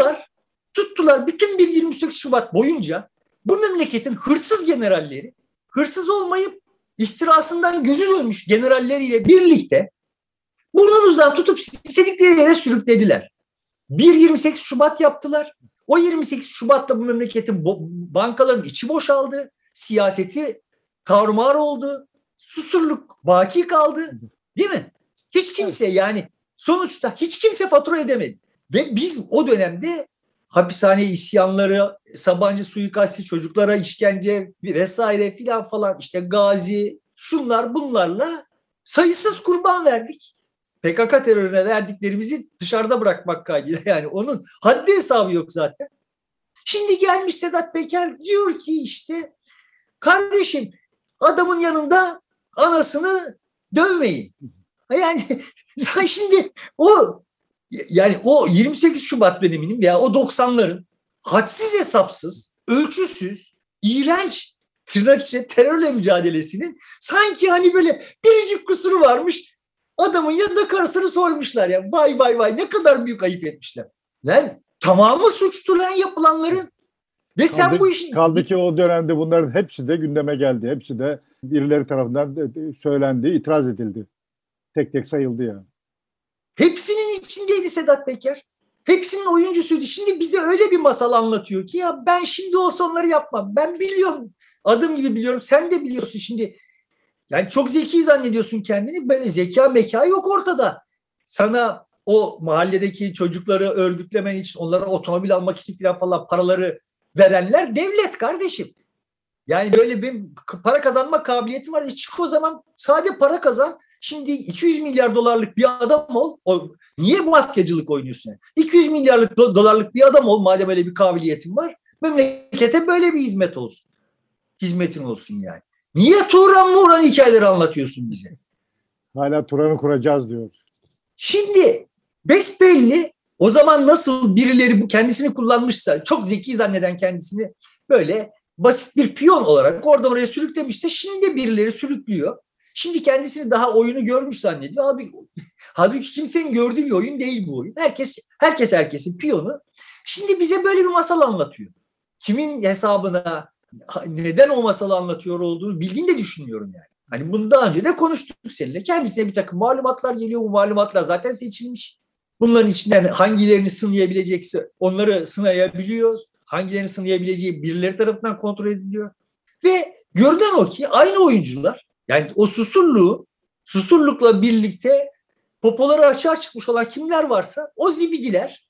tuttular bütün bir 28 Şubat boyunca bu memleketin hırsız generalleri, hırsız olmayıp ihtirasından gözü dönmüş generalleriyle birlikte Burnunuzdan tutup istedikleri yere sürüklediler. 28 Şubat yaptılar. O 28 Şubat'ta bu memleketin bankaların içi boşaldı. Siyaseti tarumar oldu. Susurluk baki kaldı. Değil mi? Hiç kimse yani sonuçta hiç kimse fatura edemedi. Ve biz o dönemde hapishane isyanları, Sabancı suikasti, çocuklara işkence vesaire filan falan, işte Gazi, şunlar bunlarla sayısız kurban verdik. PKK terörüne verdiklerimizi dışarıda bırakmak kaydıyla, yani onun haddi hesabı yok zaten. Şimdi gelmiş Sedat Peker diyor ki işte kardeşim adamın yanında anasını dövmeyin. Yani sen şimdi o 28 Şubat döneminin veya o 90'ların hadsiz hesapsız, ölçüsüz, iğrenç tırnak içinde terörle mücadelesinin sanki hani böyle biricik kusuru varmış. Adamın yanında karısını soymuşlar ya. Vay vay vay, ne kadar büyük ayıp etmişler. Lan tamamı suçtu lan yapılanların. Ve sen bu işin... Kaldı ki o dönemde bunların hepsi de gündeme geldi. Hepsi de birileri tarafından söylendi, itiraz edildi. Tek tek sayıldı yani. Hepsinin içindeydi Sedat Peker. Hepsinin oyuncusuydu. Şimdi bize öyle bir masal anlatıyor ki ya ben şimdi olsa onları yapmam. Ben biliyorum. Adım gibi biliyorum. Sen de biliyorsun şimdi. Yani çok zeki zannediyorsun kendini. Böyle zeka meka yok ortada. Sana o mahalledeki çocukları örgütlemen için, onlara otomobil almak için falan paraları verenler devlet kardeşim. Yani böyle bir para kazanma kabiliyeti var. Çık o zaman sadece para kazan. Şimdi 200 milyar dolarlık bir adam ol. Niye mafyacılık oynuyorsun? Yani? 200 milyarlık dolarlık bir adam ol madem öyle bir kabiliyetin var. Memlekete böyle bir hizmet olsun. Hizmetin olsun yani. Niye Turan hikayeleri anlatıyorsun bize? Hala Turan'ı kuracağız diyor. Şimdi besbelli o zaman nasıl birileri bu kendisini kullanmışsa, çok zeki zanneden kendisini böyle basit bir piyon olarak oradan oraya sürüklemişse, şimdi de birileri sürüklüyor. Şimdi kendisini daha oyunu görmüş zannediyor. Halbuki kimsenin gördüğü bir oyun değil bu oyun. Herkesin piyonu. Şimdi bize böyle bir masal anlatıyor. Kimin hesabına, neden o masalı anlatıyor olduğunu bildiğini de düşünmüyorum yani. Hani bunu daha önce de konuştuk seninle. Kendisine bir takım malumatlar geliyor. Bu malumatlar zaten seçilmiş. Bunların içinden hangilerini sınayabilecekse onları sınayabiliyor. Hangilerini sınayabileceği birileri tarafından kontrol ediliyor. Ve görünen o ki aynı oyuncular, yani o Susurluk'la birlikte popoları açığa çıkmış olan kimler varsa o zibidiler,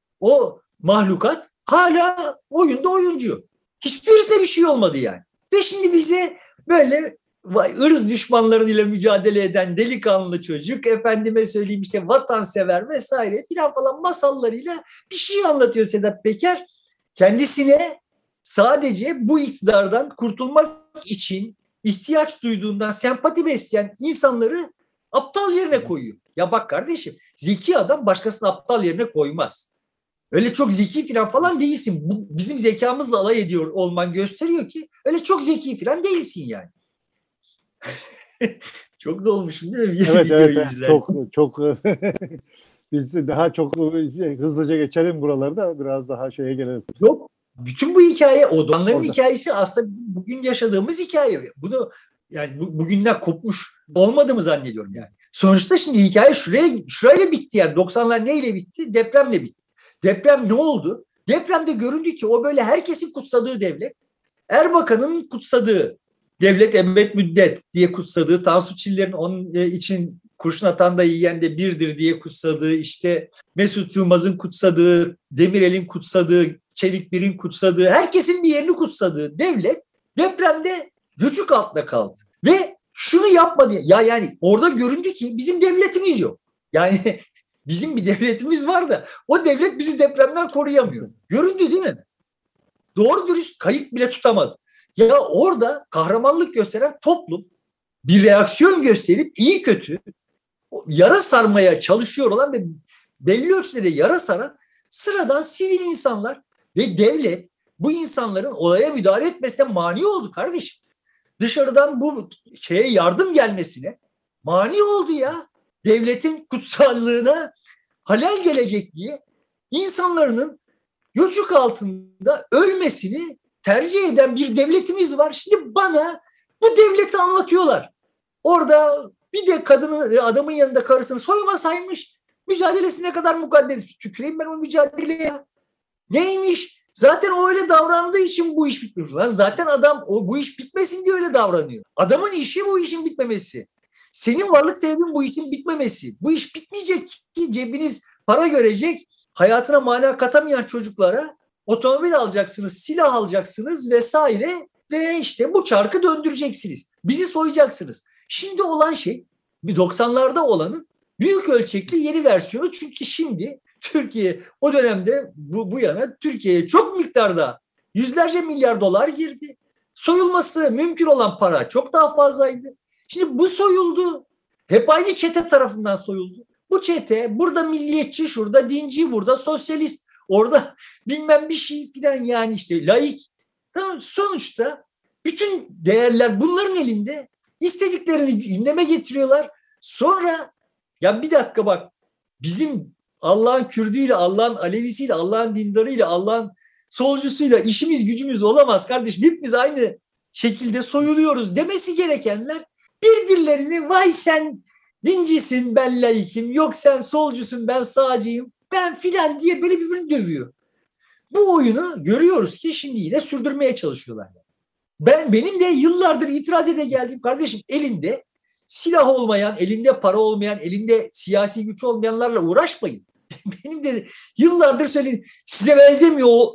o mahlukat hala oyunda oyuncu. Hiçbirisine bir şey olmadı yani. Ve şimdi bize böyle ırz düşmanlarıyla mücadele eden delikanlı çocuk, efendime söyleyeyim işte vatansever vesaire filan falan masallarıyla bir şey anlatıyor Sedat Peker. Kendisine sadece bu iktidardan kurtulmak için ihtiyaç duyduğundan sempati besleyen insanları aptal yerine koyuyor. Ya bak kardeşim, zeki adam başkasını aptal yerine koymaz. Öyle çok zeki falan değilsin. Bu, bizim zekamızla alay ediyor olman gösteriyor ki öyle çok zeki falan değilsin yani. Çok dolmuşum değil mi? Evet, videoyu evet, izler. çok biz daha çok hızlıca geçelim buralarda, biraz daha şeye gelelim. Yok. Bütün bu hikaye, o donanların hikayesi aslında bugün yaşadığımız hikaye. Bunu yani bugünden kopmuş olmadığımı zannediyorum yani. Sonuçta şimdi hikaye şurayla bitti yani. 90'lar neyle bitti? Depremle bitti. Deprem ne oldu? Depremde göründü ki o böyle herkesin kutsadığı devlet, Erbakan'ın kutsadığı devlet, emret müddet diye kutsadığı, Tansu Çiller'in onun için kurşun atan da yiyen de birdir diye kutsadığı, işte Mesut Yılmaz'ın kutsadığı, Demirel'in kutsadığı, Çelik Bir'in kutsadığı, herkesin bir yerini kutsadığı devlet depremde göçük altında kaldı. Ve şunu yapmadı. Ya yani orada göründü ki bizim devletimiz yok. Yani bizim bir devletimiz var da o devlet bizi depremden koruyamıyor. Göründü değil mi? Doğru dürüst kayık bile tutamadı. Ya orada kahramanlık gösteren toplum bir reaksiyon gösterip iyi kötü yara sarmaya çalışıyor olan ve belli ölçüde de yara saran sıradan sivil insanlar ve devlet bu insanların olaya müdahale etmesine mani oldu kardeşim. Dışarıdan bu şeye yardım gelmesine mani oldu ya. Devletin kutsallığına halel gelecek diye insanların göçük altında ölmesini tercih eden bir devletimiz var. Şimdi bana bu devleti anlatıyorlar. Orada Bir de kadını, adamın yanında karısını soymasaymış, mücadelesi ne kadar mukaddes. Tüküreyim ben o mücadeleye. Neymiş? Zaten o öyle davrandığı için bu iş bitmiş. Lan zaten adam bu iş bitmesin diye öyle davranıyor. Adamın işi bu işin bitmemesi. Senin varlık sebebin bu işin bitmemesi. Bu iş bitmeyecek ki cebiniz para görecek. Hayatına mana katamayan çocuklara otomobil alacaksınız, silah alacaksınız vesaire ve işte bu çarkı döndüreceksiniz. Bizi soyacaksınız. Şimdi olan şey bir 90'larda olanın büyük ölçekli yeni versiyonu. Çünkü şimdi Türkiye o dönemde bu yana Türkiye'ye çok miktarda yüzlerce milyar dolar girdi. Soyulması mümkün olan para çok daha fazlaydı. Şimdi bu soyuldu. Hep aynı çete tarafından soyuldu. Bu çete burada milliyetçi, şurada dinci, burada sosyalist, orada bilmem bir şey filan, yani işte laik. Tamam, sonuçta bütün değerler bunların elinde. İstediklerini gündeme getiriyorlar. Sonra ya bir dakika bak, bizim Allah'ın Kürdüyle, Allah'ın Alevisiyle, Allah'ın dindarıyla, Allah'ın solcusuyla işimiz gücümüz olamaz kardeşim. Hepimiz aynı şekilde soyuluyoruz demesi gerekenler birbirlerini vay sen dincisin ben laikim, yok sen solcusun ben sağcıyım, ben filan diye böyle birbirini dövüyor. Bu oyunu görüyoruz ki şimdi yine sürdürmeye çalışıyorlar. Benim de yıllardır itiraz ede geldiğim, kardeşim elinde silah olmayan, elinde para olmayan, elinde siyasi güç olmayanlarla uğraşmayın. Benim de yıllardır söylediğim, size benzemiyor o,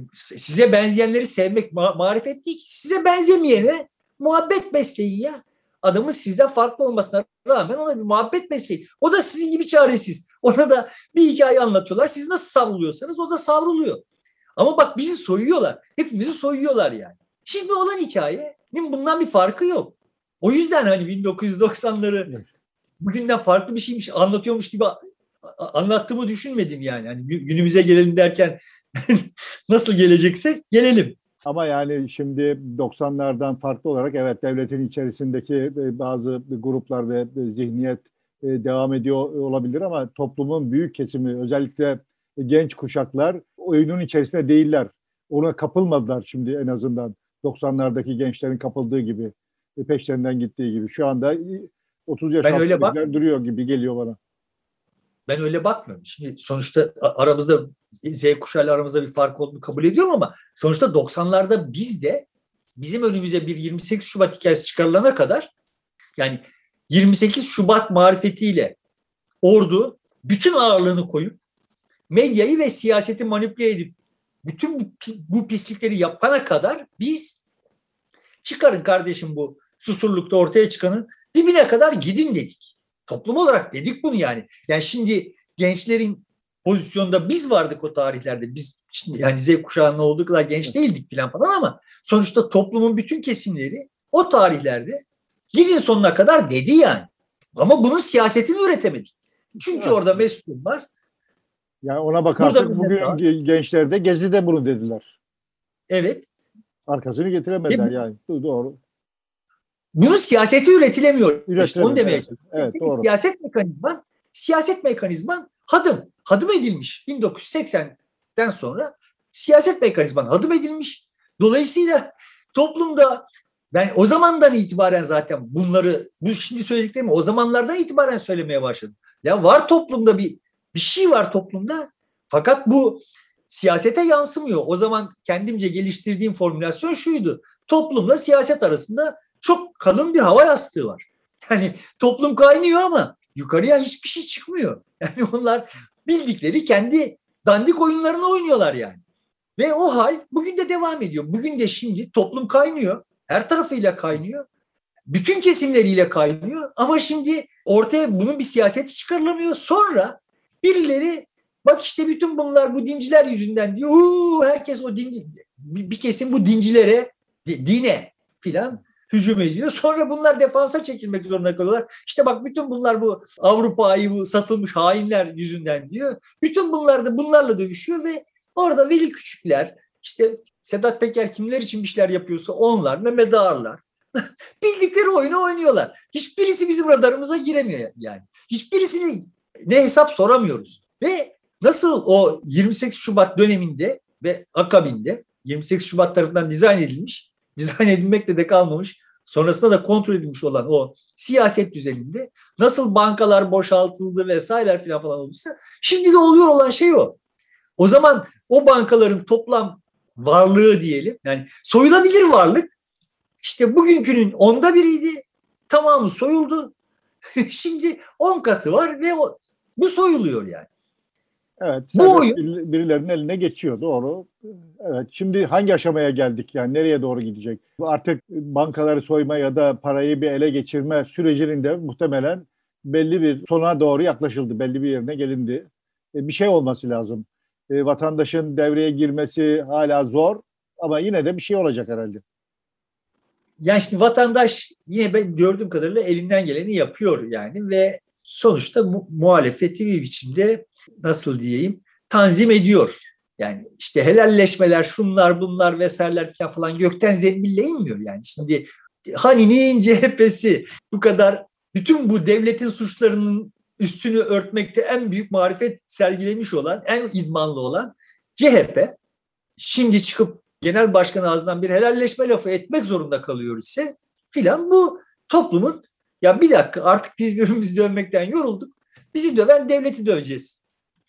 size benzeyenleri sevmek marifet değil ki. Size benzemeyene muhabbet besleyin ya. Adamın sizden farklı olmasına rağmen ona bir muhabbet besleyin. O da sizin gibi çaresiz. Ona da bir hikaye anlatıyorlar. Siz nasıl savruluyorsanız o da savruluyor. Ama bak bizi soyuyorlar. Hepimizi soyuyorlar yani. Şimdi olan hikayenin bundan bir farkı yok. O yüzden hani 1990'ları bugünden farklı bir şeymiş anlatıyormuş gibi anlattığımı düşünmedim yani. Hani günümüze gelelim derken nasıl geleceksek gelelim. Ama yani şimdi 90'lardan farklı olarak evet devletin içerisindeki bazı gruplar ve zihniyet devam ediyor olabilir ama toplumun büyük kesimi, özellikle genç kuşaklar oyunun içerisinde değiller. Ona kapılmadılar şimdi, en azından 90'lardaki gençlerin kapıldığı gibi, peşlerinden gittiği gibi. Şu anda 30 yaş altındakiler duruyor gibi geliyor bana. Ben öyle bakmıyorum. Şimdi sonuçta aramızda Z kuşağıyla aramızda bir fark olduğunu kabul ediyorum ama sonuçta 90'larda bizim önümüze bir 28 Şubat hikayesi çıkarılana kadar, yani 28 Şubat marifetiyle ordu bütün ağırlığını koyup medyayı ve siyaseti manipüle edip bütün bu pislikleri yapana kadar biz çıkarın kardeşim bu susurlukta ortaya çıkanın dibine kadar gidin dedik. Toplum olarak dedik bunu yani. Yani şimdi gençlerin pozisyonda biz vardık o tarihlerde. Biz şimdi yani Z kuşağının olduğu kadar genç değildik falan ama sonuçta toplumun bütün kesimleri o tarihlerde gidin sonuna kadar dedi yani. Ama bunun siyasetini üretemedik. Çünkü orada Mesut Yılmaz. Yani ona bakarsak bugün gençler de Gezi'de bunu dediler. Evet. Arkasını getiremediler yani. Doğru. Bunun siyaseti üretilemiyor. İşte onu demeye çalışıyorum. Evet, doğru. Siyaset mekanizman hadım edilmiş. 1980'den sonra siyaset mekanizman hadım edilmiş. Dolayısıyla toplumda, ben o zamandan itibaren zaten bu şimdi söylediklerimi o zamanlardan itibaren söylemeye başladım. Ya var toplumda bir şey var toplumda. Fakat bu siyasete yansımıyor. O zaman kendimce geliştirdiğim formülasyon şuydu. Toplumla siyaset arasında çok kalın bir hava yastığı var. Yani toplum kaynıyor ama yukarıya hiçbir şey çıkmıyor. Yani onlar bildikleri kendi dandik oyunlarını oynuyorlar yani. Ve o hal bugün de devam ediyor. Bugün de şimdi toplum kaynıyor. Her tarafıyla kaynıyor. Bütün kesimleriyle kaynıyor. Ama şimdi ortaya bunun bir siyaseti çıkarılamıyor. Sonra birileri bak işte bütün bunlar bu dinciler yüzünden diyor. Herkes o bir kesim bu dincilere, dine filan hücum ediyor. Sonra bunlar defansa çekilmek zorunda kalıyorlar. İşte bak bütün bunlar bu Avrupa'yı bu satılmış hainler yüzünden diyor. Bütün bunlar da bunlarla dövüşüyor ve orada Veli Küçükler, işte Sedat Peker kimler için bir şeyler yapıyorsa onlar, Mehmet Ağarlar bildikleri oyunu oynuyorlar. Hiçbirisi bizim radarımıza giremiyor yani. Hiçbirisini ne hesap soramıyoruz. Ve nasıl o 28 Şubat döneminde ve akabinde 28 Şubat tarafından dizayn edilmekle de kalmamış sonrasında da kontrol edilmiş olan o siyaset düzeninde nasıl bankalar boşaltıldı vesaireler falan olduysa şimdi de oluyor olan şey o. O zaman o bankaların toplam varlığı diyelim, yani soyulabilir varlık işte bugünkünün 1/10'iydi, tamamı soyuldu. Şimdi 10 katı var ve bu soyuluyor yani. Evet, bu oyun birilerinin eline geçiyor, doğru. Evet, şimdi hangi aşamaya geldik, yani nereye doğru gidecek? Artık bankaları soyma ya da parayı bir ele geçirme sürecinin de muhtemelen belli bir sona doğru yaklaşıldı, belli bir yerine gelindi. Bir şey olması lazım. Vatandaşın devreye girmesi hala zor ama yine de bir şey olacak herhalde. Yani şimdi vatandaş yine ben gördüğüm kadarıyla elinden geleni yapıyor yani ve sonuçta muhalefeti bir biçimde nasıl diyeyim tanzim ediyor. Yani işte helalleşmeler, şunlar bunlar vesaireler falan gökten zembille inmiyor yani. Şimdi Hani'nin CHP'si bu kadar bütün bu devletin suçlarının üstünü örtmekte en büyük marifet sergilemiş olan, en idmanlı olan CHP şimdi çıkıp genel başkan ağzından bir helalleşme lafı etmek zorunda kalıyor ise filan bu toplumun ya bir dakika artık biz birbirimizi dövmekten yorulduk. Bizi döven devleti döveceğiz.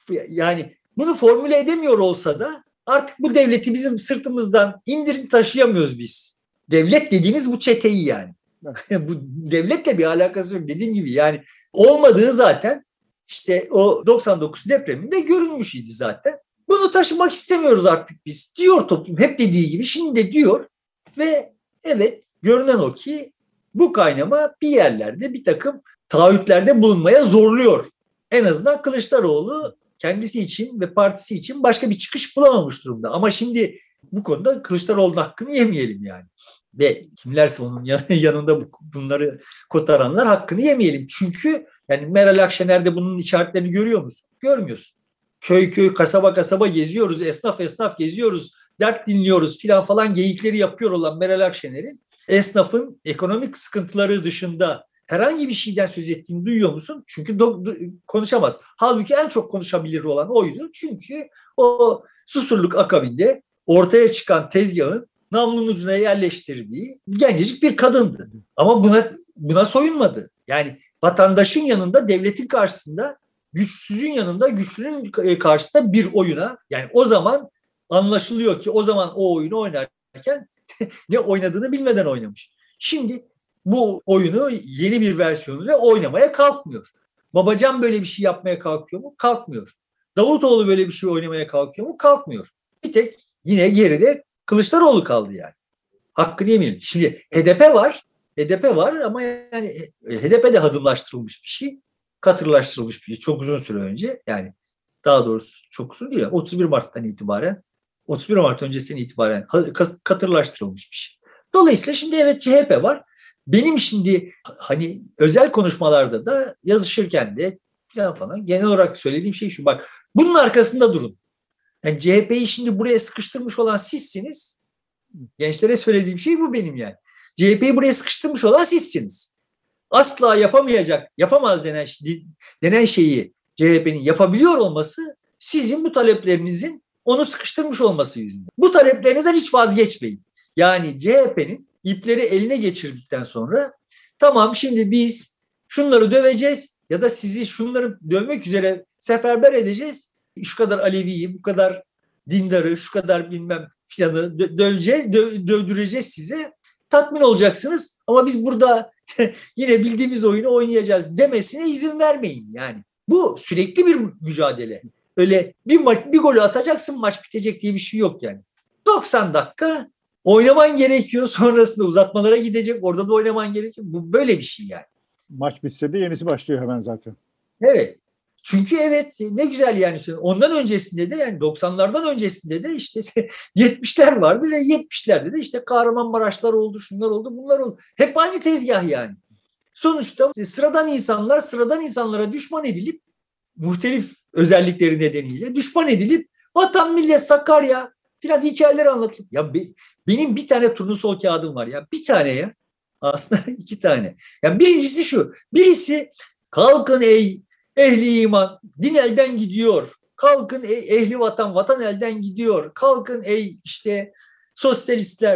Yani bunu formüle edemiyor olsa da artık bu devleti bizim sırtımızdan indirin taşıyamıyoruz biz. Devlet dediğimiz bu çeteyi yani. Bu devletle bir alakası yok dediğim gibi yani olmadığı zaten işte o 99 depreminde görülmüş idi zaten. Bunu taşımak istemiyoruz artık biz diyor toplum. Hep dediği gibi şimdi de diyor ve evet görünen o ki bu kaynama bir yerlerde bir takım taahhütlerde bulunmaya zorluyor. En azından Kılıçdaroğlu kendisi için ve partisi için başka bir çıkış bulamamış durumda. Ama şimdi bu konuda Kılıçdaroğlu'nun hakkını yemeyelim yani. Ve kimlerse onun yanında bunları kotaranlar hakkını yemeyelim. Çünkü yani Meral Akşener'de bunun işaretlerini görüyor musun? Görmüyorsun. Köy köy, kasaba kasaba geziyoruz, esnaf esnaf geziyoruz, dert dinliyoruz falan geyikleri yapıyor olan Meral Akşener'in esnafın ekonomik sıkıntıları dışında herhangi bir şeyden söz ettiğini duyuyor musun? Çünkü konuşamaz. Halbuki en çok konuşabilir olan oydu. Çünkü o Susurluk akabinde ortaya çıkan tezgahın namlunun ucuna yerleştirdiği gencecik bir kadındı. Ama buna soyunmadı. Yani vatandaşın yanında, devletin karşısında, güçsüzün yanında, güçlünün karşısında bir oyuna, yani o zaman anlaşılıyor ki o zaman o oyunu oynarken ne oynadığını bilmeden oynamış. Şimdi bu oyunu yeni bir versiyonuyla oynamaya kalkmıyor. Babacan böyle bir şey yapmaya kalkıyor mu? Kalkmıyor. Davutoğlu böyle bir şey oynamaya kalkıyor mu? Kalkmıyor. Bir tek yine geride Kılıçdaroğlu kaldı yani. Hakkını yemeyelim. Şimdi HDP var. HDP var ama yani HDP de hadımlaştırılmış bir şey. Katırlaştırılmış bir şey. Çok uzun süre önce. Yani daha doğrusu çok uzun değil. 31 Mart'tan itibaren 31 Mart öncesinden itibaren katırlaştırılmış bir şey. Dolayısıyla şimdi evet CHP var. Benim şimdi hani özel konuşmalarda da yazışırken de falan genel olarak söylediğim şey şu. Bak bunun arkasında durun. Yani CHP'yi şimdi buraya sıkıştırmış olan sizsiniz. Gençlere söylediğim şey bu benim yani. CHP'yi buraya sıkıştırmış olan sizsiniz. Asla yapamaz denen şeyi CHP'nin yapabiliyor olması sizin bu taleplerinizin onu sıkıştırmış olması yüzünden. Bu taleplerinizden hiç vazgeçmeyin. Yani CHP'nin ipleri eline geçirdikten sonra tamam şimdi biz şunları döveceğiz ya da sizi şunları dövmek üzere seferber edeceğiz. Şu kadar Alevi'yi, bu kadar dindarı, şu kadar bilmem filanı dövdüreceğiz size. Tatmin olacaksınız ama biz burada yine bildiğimiz oyunu oynayacağız demesine izin vermeyin yani. Bu sürekli bir mücadele. Öyle bir golü atacaksın maç bitecek diye bir şey yok yani. 90 dakika oynaman gerekiyor. Sonrasında uzatmalara gidecek. Orada da oynaman gerekiyor. Bu böyle bir şey yani. Maç bitse de yenisi başlıyor hemen zaten. Evet. Çünkü evet ne güzel yani. Ondan öncesinde de yani 90'lardan öncesinde de işte 70'ler vardı ve 70'lerde de işte Kahramanmaraşlar oldu, şunlar oldu, bunlar oldu. Hep aynı tezgah yani. Sonuçta sıradan insanlara düşman edilip muhtelif özellikleri nedeniyle düşman edilip vatan millet Sakarya filan hikayeler anlatılıyor. Ya benim bir tane turnusol kağıdım var ya. Bir tane ya. Aslında 2 tane. Yani birincisi şu. Birisi kalkın ey ehli iman. Din elden gidiyor. Kalkın ey ehli vatan. Vatan elden gidiyor. Kalkın ey işte sosyalistler.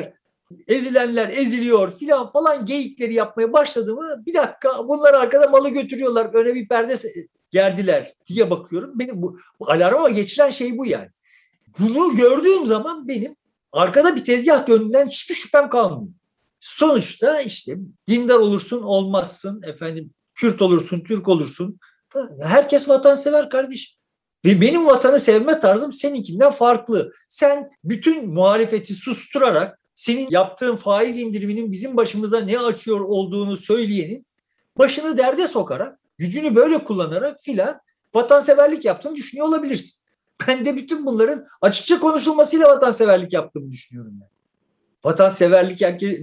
ezilenler eziliyor filan falan geyikleri yapmaya başladı mı, bir dakika bunlar arkada malı götürüyorlar, öne bir perde gerdiler diye bakıyorum. Benim bu alarma geçiren şey bu yani. Bunu gördüğüm zaman benim arkada bir tezgah döndüğünden hiçbir şüphem kalmıyor. Sonuçta işte dindar olursun olmazsın, efendim Kürt olursun Türk olursun, herkes vatansever kardeşim. Ve benim vatanı sevme tarzım seninkinden farklı. Sen bütün muhalefeti susturarak senin yaptığın faiz indiriminin bizim başımıza ne açıyor olduğunu söyleyenin başını derde sokarak, gücünü böyle kullanarak filan vatanseverlik yaptığını düşünüyor olabilirsin. Ben de bütün bunların açıkça konuşulmasıyla vatanseverlik yaptığımı düşünüyorum yani. Vatanseverlik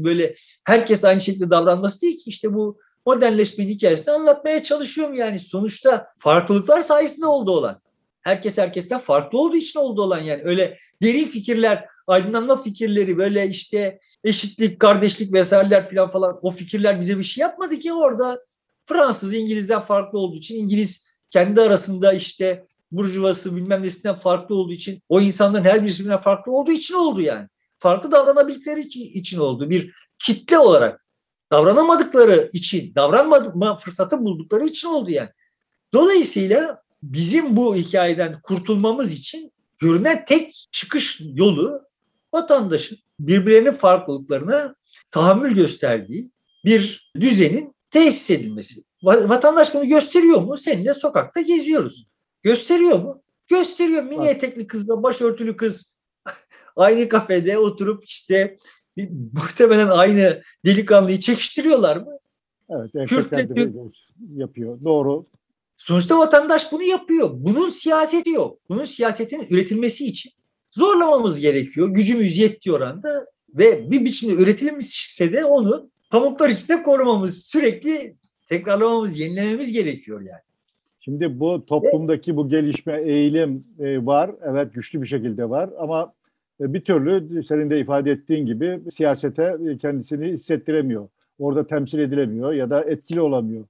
herkes aynı şekilde davranması değil ki, işte bu modernleşmenin hikayesini anlatmaya çalışıyorum yani. Sonuçta farklılıklar sayesinde oldu olan. Herkes herkesten farklı olduğu için oldu olan yani. Öyle derin fikirler, aydınlanma fikirleri, böyle işte eşitlik, kardeşlik vesaireler falan, o fikirler bize bir şey yapmadı ki orada. Fransız İngiliz'den farklı olduğu için, İngiliz kendi arasında işte burjuvası bilmem nesinden farklı olduğu için, o insanların her birbirinden farklı olduğu için oldu yani. Farklı davranabildikleri için oldu. Bir kitle olarak davranamadıkları için, davranma fırsatı buldukları için oldu yani. Dolayısıyla bizim bu hikayeden kurtulmamız için görünen tek çıkış yolu, vatandaşın birbirlerinin farklılıklarına tahammül gösterdiği bir düzenin tesis edilmesi. Vatandaş bunu gösteriyor mu? Seninle sokakta geziyoruz. Gösteriyor mu? Gösteriyor. Mini etekli kızla başörtülü kız aynı kafede oturup işte muhtemelen aynı delikanlıyı çekiştiriyorlar mı? Evet, erkekler de yapıyor. Doğru. Sonuçta vatandaş bunu yapıyor. Bunun siyaseti yok. Bunun siyasetin üretilmesi için zorlamamız gerekiyor. Gücümüz yettiği oranda ve bir biçimde üretilmişse de onu pamuklar içinde korumamız, sürekli tekrarlamamız, yenilememiz gerekiyor yani. Şimdi bu toplumdaki bu gelişme, eğilim var. Evet, güçlü bir şekilde var ama bir türlü senin de ifade ettiğin gibi siyasete kendisini hissettiremiyor. Orada temsil edilemiyor ya da etkili olamıyor.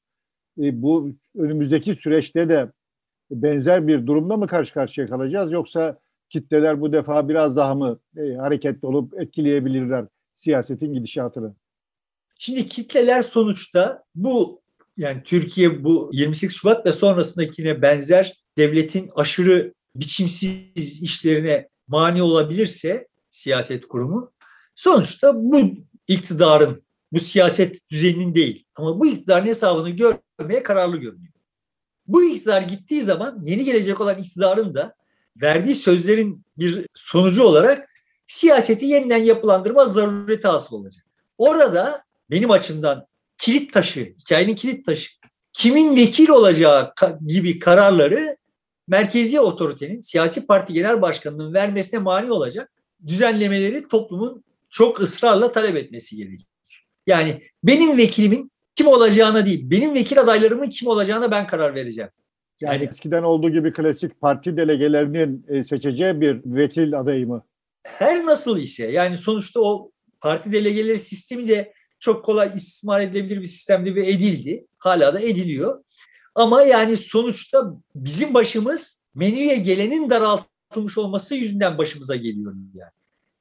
Bu önümüzdeki süreçte de benzer bir durumda mı karşı karşıya kalacağız, yoksa kitleler bu defa biraz daha mı hareketli olup etkileyebilirler siyasetin gidişatını? Şimdi kitleler sonuçta bu, yani Türkiye bu 28 Şubat ve sonrasındakine benzer devletin aşırı biçimsiz işlerine mani olabilirse siyaset kurumu, sonuçta bu iktidarın, bu siyaset düzeninin değil ama bu iktidarın hesabını görmeye kararlı görünüyor. Bu iktidar gittiği zaman yeni gelecek olan iktidarın da verdiği sözlerin bir sonucu olarak siyaseti yeniden yapılandırma zarureti hasıl olacak. Orada benim açımdan kilit taşı, hikayenin kilit taşı, kimin vekil olacağı gibi kararları merkezi otoritenin, siyasi parti genel başkanının vermesine mani olacak düzenlemeleri toplumun çok ısrarla talep etmesi gerekir. Yani benim vekilimin kim olacağına değil, benim vekil adaylarımın kim olacağına ben karar vereceğim. Yani eskiden olduğu gibi klasik parti delegelerinin seçeceği bir vekil adayı mı? Her nasıl ise, yani sonuçta o parti delegeleri sistemi de çok kolay istismar edilebilir bir sistemdi ve edildi. Hala da ediliyor. Ama yani sonuçta bizim başımız menüye gelenin daraltılmış olması yüzünden başımıza geliyor yani.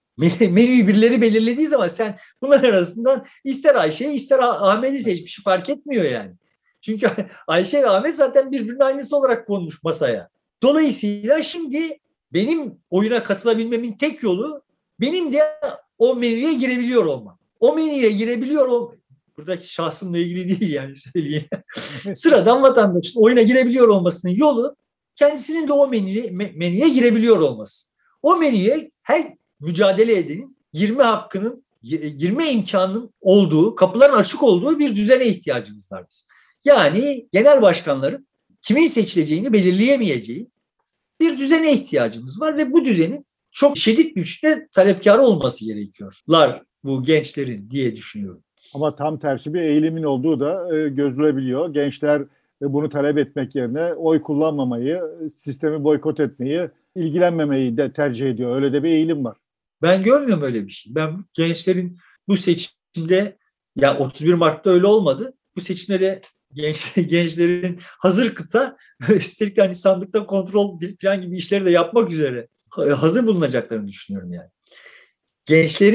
Menüyü birileri belirlediği zaman sen bunlar arasından ister Ayşe'yi ister Ahmet'i seçmiş, fark etmiyor yani. Çünkü Ayşe ve Ahmet zaten birbirinin aynısı olarak konmuş masaya. Dolayısıyla şimdi benim oyuna katılabilmemin tek yolu benim de o menüye girebiliyor olmam. O menüye girebiliyor olmam. Buradaki şahsımla ilgili değil yani, söyleyeyim. Sıradan vatandaşın oyuna girebiliyor olmasının yolu kendisinin de o menüye girebiliyor olması. O menüye her mücadele edenin girme hakkının, girme imkanının olduğu, kapıların açık olduğu bir düzene ihtiyacımız var bizim. Yani genel başkanların kimin seçileceğini belirleyemeyeceği bir düzene ihtiyacımız var ve bu düzenin çok şiddet bir biçimde talepkarı olması gerekiyorlar bu gençlerin diye düşünüyorum. Ama tam tersi bir eğilimin olduğu da gözülebiliyor. Gençler bunu talep etmek yerine oy kullanmamayı, sistemi boykot etmeyi, ilgilenmemeyi de tercih ediyor. Öyle de bir eğilim var. Ben görmüyorum öyle bir şey. Ben gençlerin bu seçimde, ya 31 Mart'ta öyle olmadı. Bu seçimde de gençlerin hazır kıta, üstelik de hani sandıkta kontrol falan gibi işleri de yapmak üzere hazır bulunacaklarını düşünüyorum yani. Gençlerin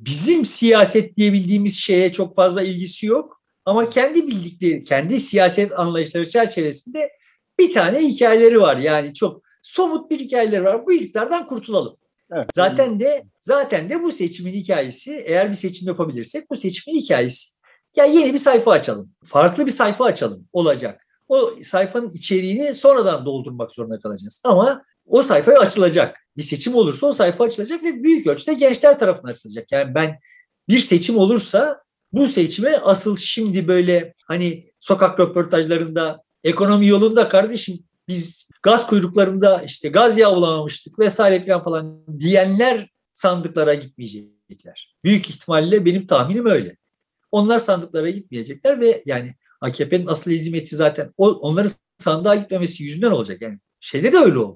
bizim siyaset diyebildiğimiz şeye çok fazla ilgisi yok. Ama kendi bildikleri, kendi siyaset anlayışları çerçevesinde bir tane hikayeleri var. Yani çok somut bir hikayeleri var. Bu iktidardan kurtulalım. Evet. Zaten de bu seçimin hikayesi, eğer bir seçim yapabilirsek bu seçimin hikayesi. Ya yeni bir sayfa açalım. Farklı bir sayfa açalım olacak. O sayfanın içeriğini sonradan doldurmak zorunda kalacağız. Ama o sayfa açılacak. Bir seçim olursa o sayfa açılacak ve büyük ölçüde gençler tarafından açılacak. Yani ben bir seçim olursa bu seçime asıl şimdi böyle hani sokak röportajlarında ekonomi yolunda kardeşim biz gaz kuyruklarında işte gaz yağı bulamamıştık vesaire falan diyenler sandıklara gitmeyecekler. Büyük ihtimalle benim tahminim öyle. Onlar sandıklara gitmeyecekler ve yani AKP'nin asıl hizmeti zaten onların sandığa gitmemesi yüzünden olacak. Yani şeyde de öyle oldu.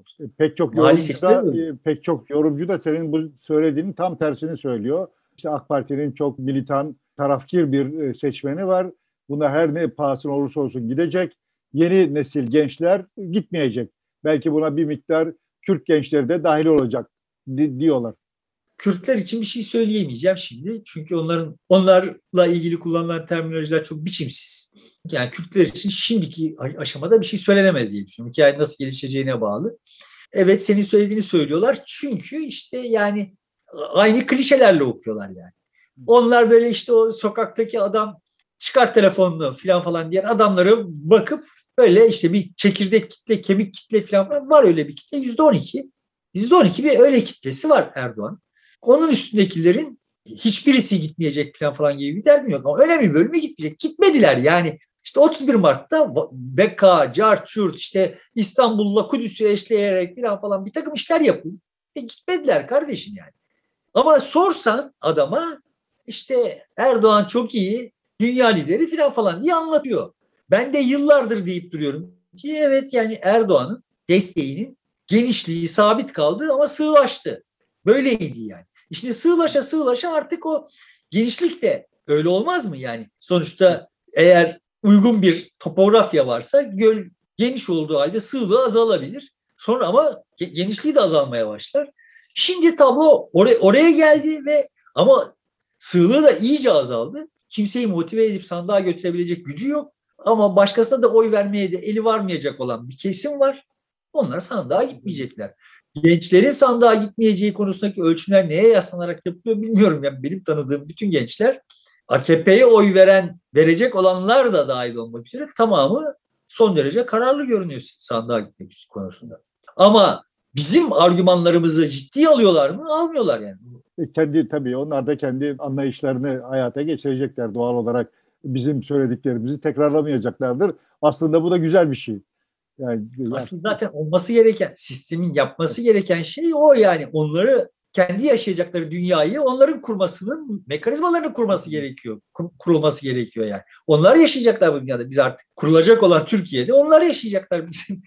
Pek çok yorumcu da senin bu söylediğinin tam tersini söylüyor. İşte AK Parti'nin çok militan, tarafkir bir seçmeni var. Buna her ne pahasına olursa olsun gidecek. Yeni nesil gençler gitmeyecek. Belki buna bir miktar Kürt gençleri de dahil olacak diyorlar. Kürtler için bir şey söyleyemeyeceğim şimdi. Çünkü onlarla ilgili kullanılan terminolojiler çok biçimsiz. Yani Kürtler için şimdiki aşamada bir şey söylenemez diye düşünüyorum. Hikaye nasıl gelişeceğine bağlı. Evet senin söylediğini söylüyorlar. Çünkü işte yani aynı klişelerle okuyorlar yani. Onlar böyle işte o sokaktaki adam çıkar telefonunu falan diyen adamlara bakıp böyle işte bir çekirdek kitle, kemik kitle falan var öyle bir kitle. %12. %12 bir öyle kitlesi var Erdoğan. Onun üstündekilerin hiçbirisi gitmeyecek falan gibi bir derdim yok. Ama önemli bir bölümü gitmeyecek. Gitmediler yani. İşte 31 Mart'ta Beka, Cart, Çurt, işte İstanbul'la Kudüs'ü eşleyerek falan bir takım işler yapıldı. Gitmediler kardeşim yani. Ama sorsan adama işte Erdoğan çok iyi, dünya lideri falan diye anlatıyor. Ben de yıllardır deyip duruyorum ki evet yani Erdoğan'ın desteğinin genişliği sabit kaldı ama sığlaştı. Böyleydi yani. İşte sığlaşa artık o genişlik de öyle olmaz mı yani? Sonuçta eğer uygun bir topografya varsa göl geniş olduğu halde sığlığı azalabilir. Sonra ama genişliği de azalmaya başlar. Şimdi tablo oraya geldi ve ama sığlığı da iyice azaldı. Kimseyi motive edip sandığa götürebilecek gücü yok. Ama başkasına da oy vermeye de eli varmayacak olan bir kesim var. Onlar sandığa gitmeyecekler. Gençlerin sandığa gitmeyeceği konusundaki ölçümler neye yaslanarak yapılıyor bilmiyorum. Yani benim tanıdığım bütün gençler AKP'ye oy verecek olanlar da dahil olmak üzere tamamı son derece kararlı görünüyor sandığa gitmek konusunda. Ama bizim argümanlarımızı ciddiye alıyorlar mı? Almıyorlar yani. Tabii onlar da kendi anlayışlarını hayata geçirecekler doğal olarak. Bizim söylediklerimizi tekrarlamayacaklardır. Aslında bu da güzel bir şey. Yani aslında zaten olması gereken, sistemin yapması gereken şey o yani. Onları kendi yaşayacakları dünyayı onların kurmasının mekanizmalarını kurması gerekiyor. Kurulması gerekiyor yani. Onlar yaşayacaklar bu dünyada. Biz artık kurulacak olan Türkiye'de onlar yaşayacaklar bizim.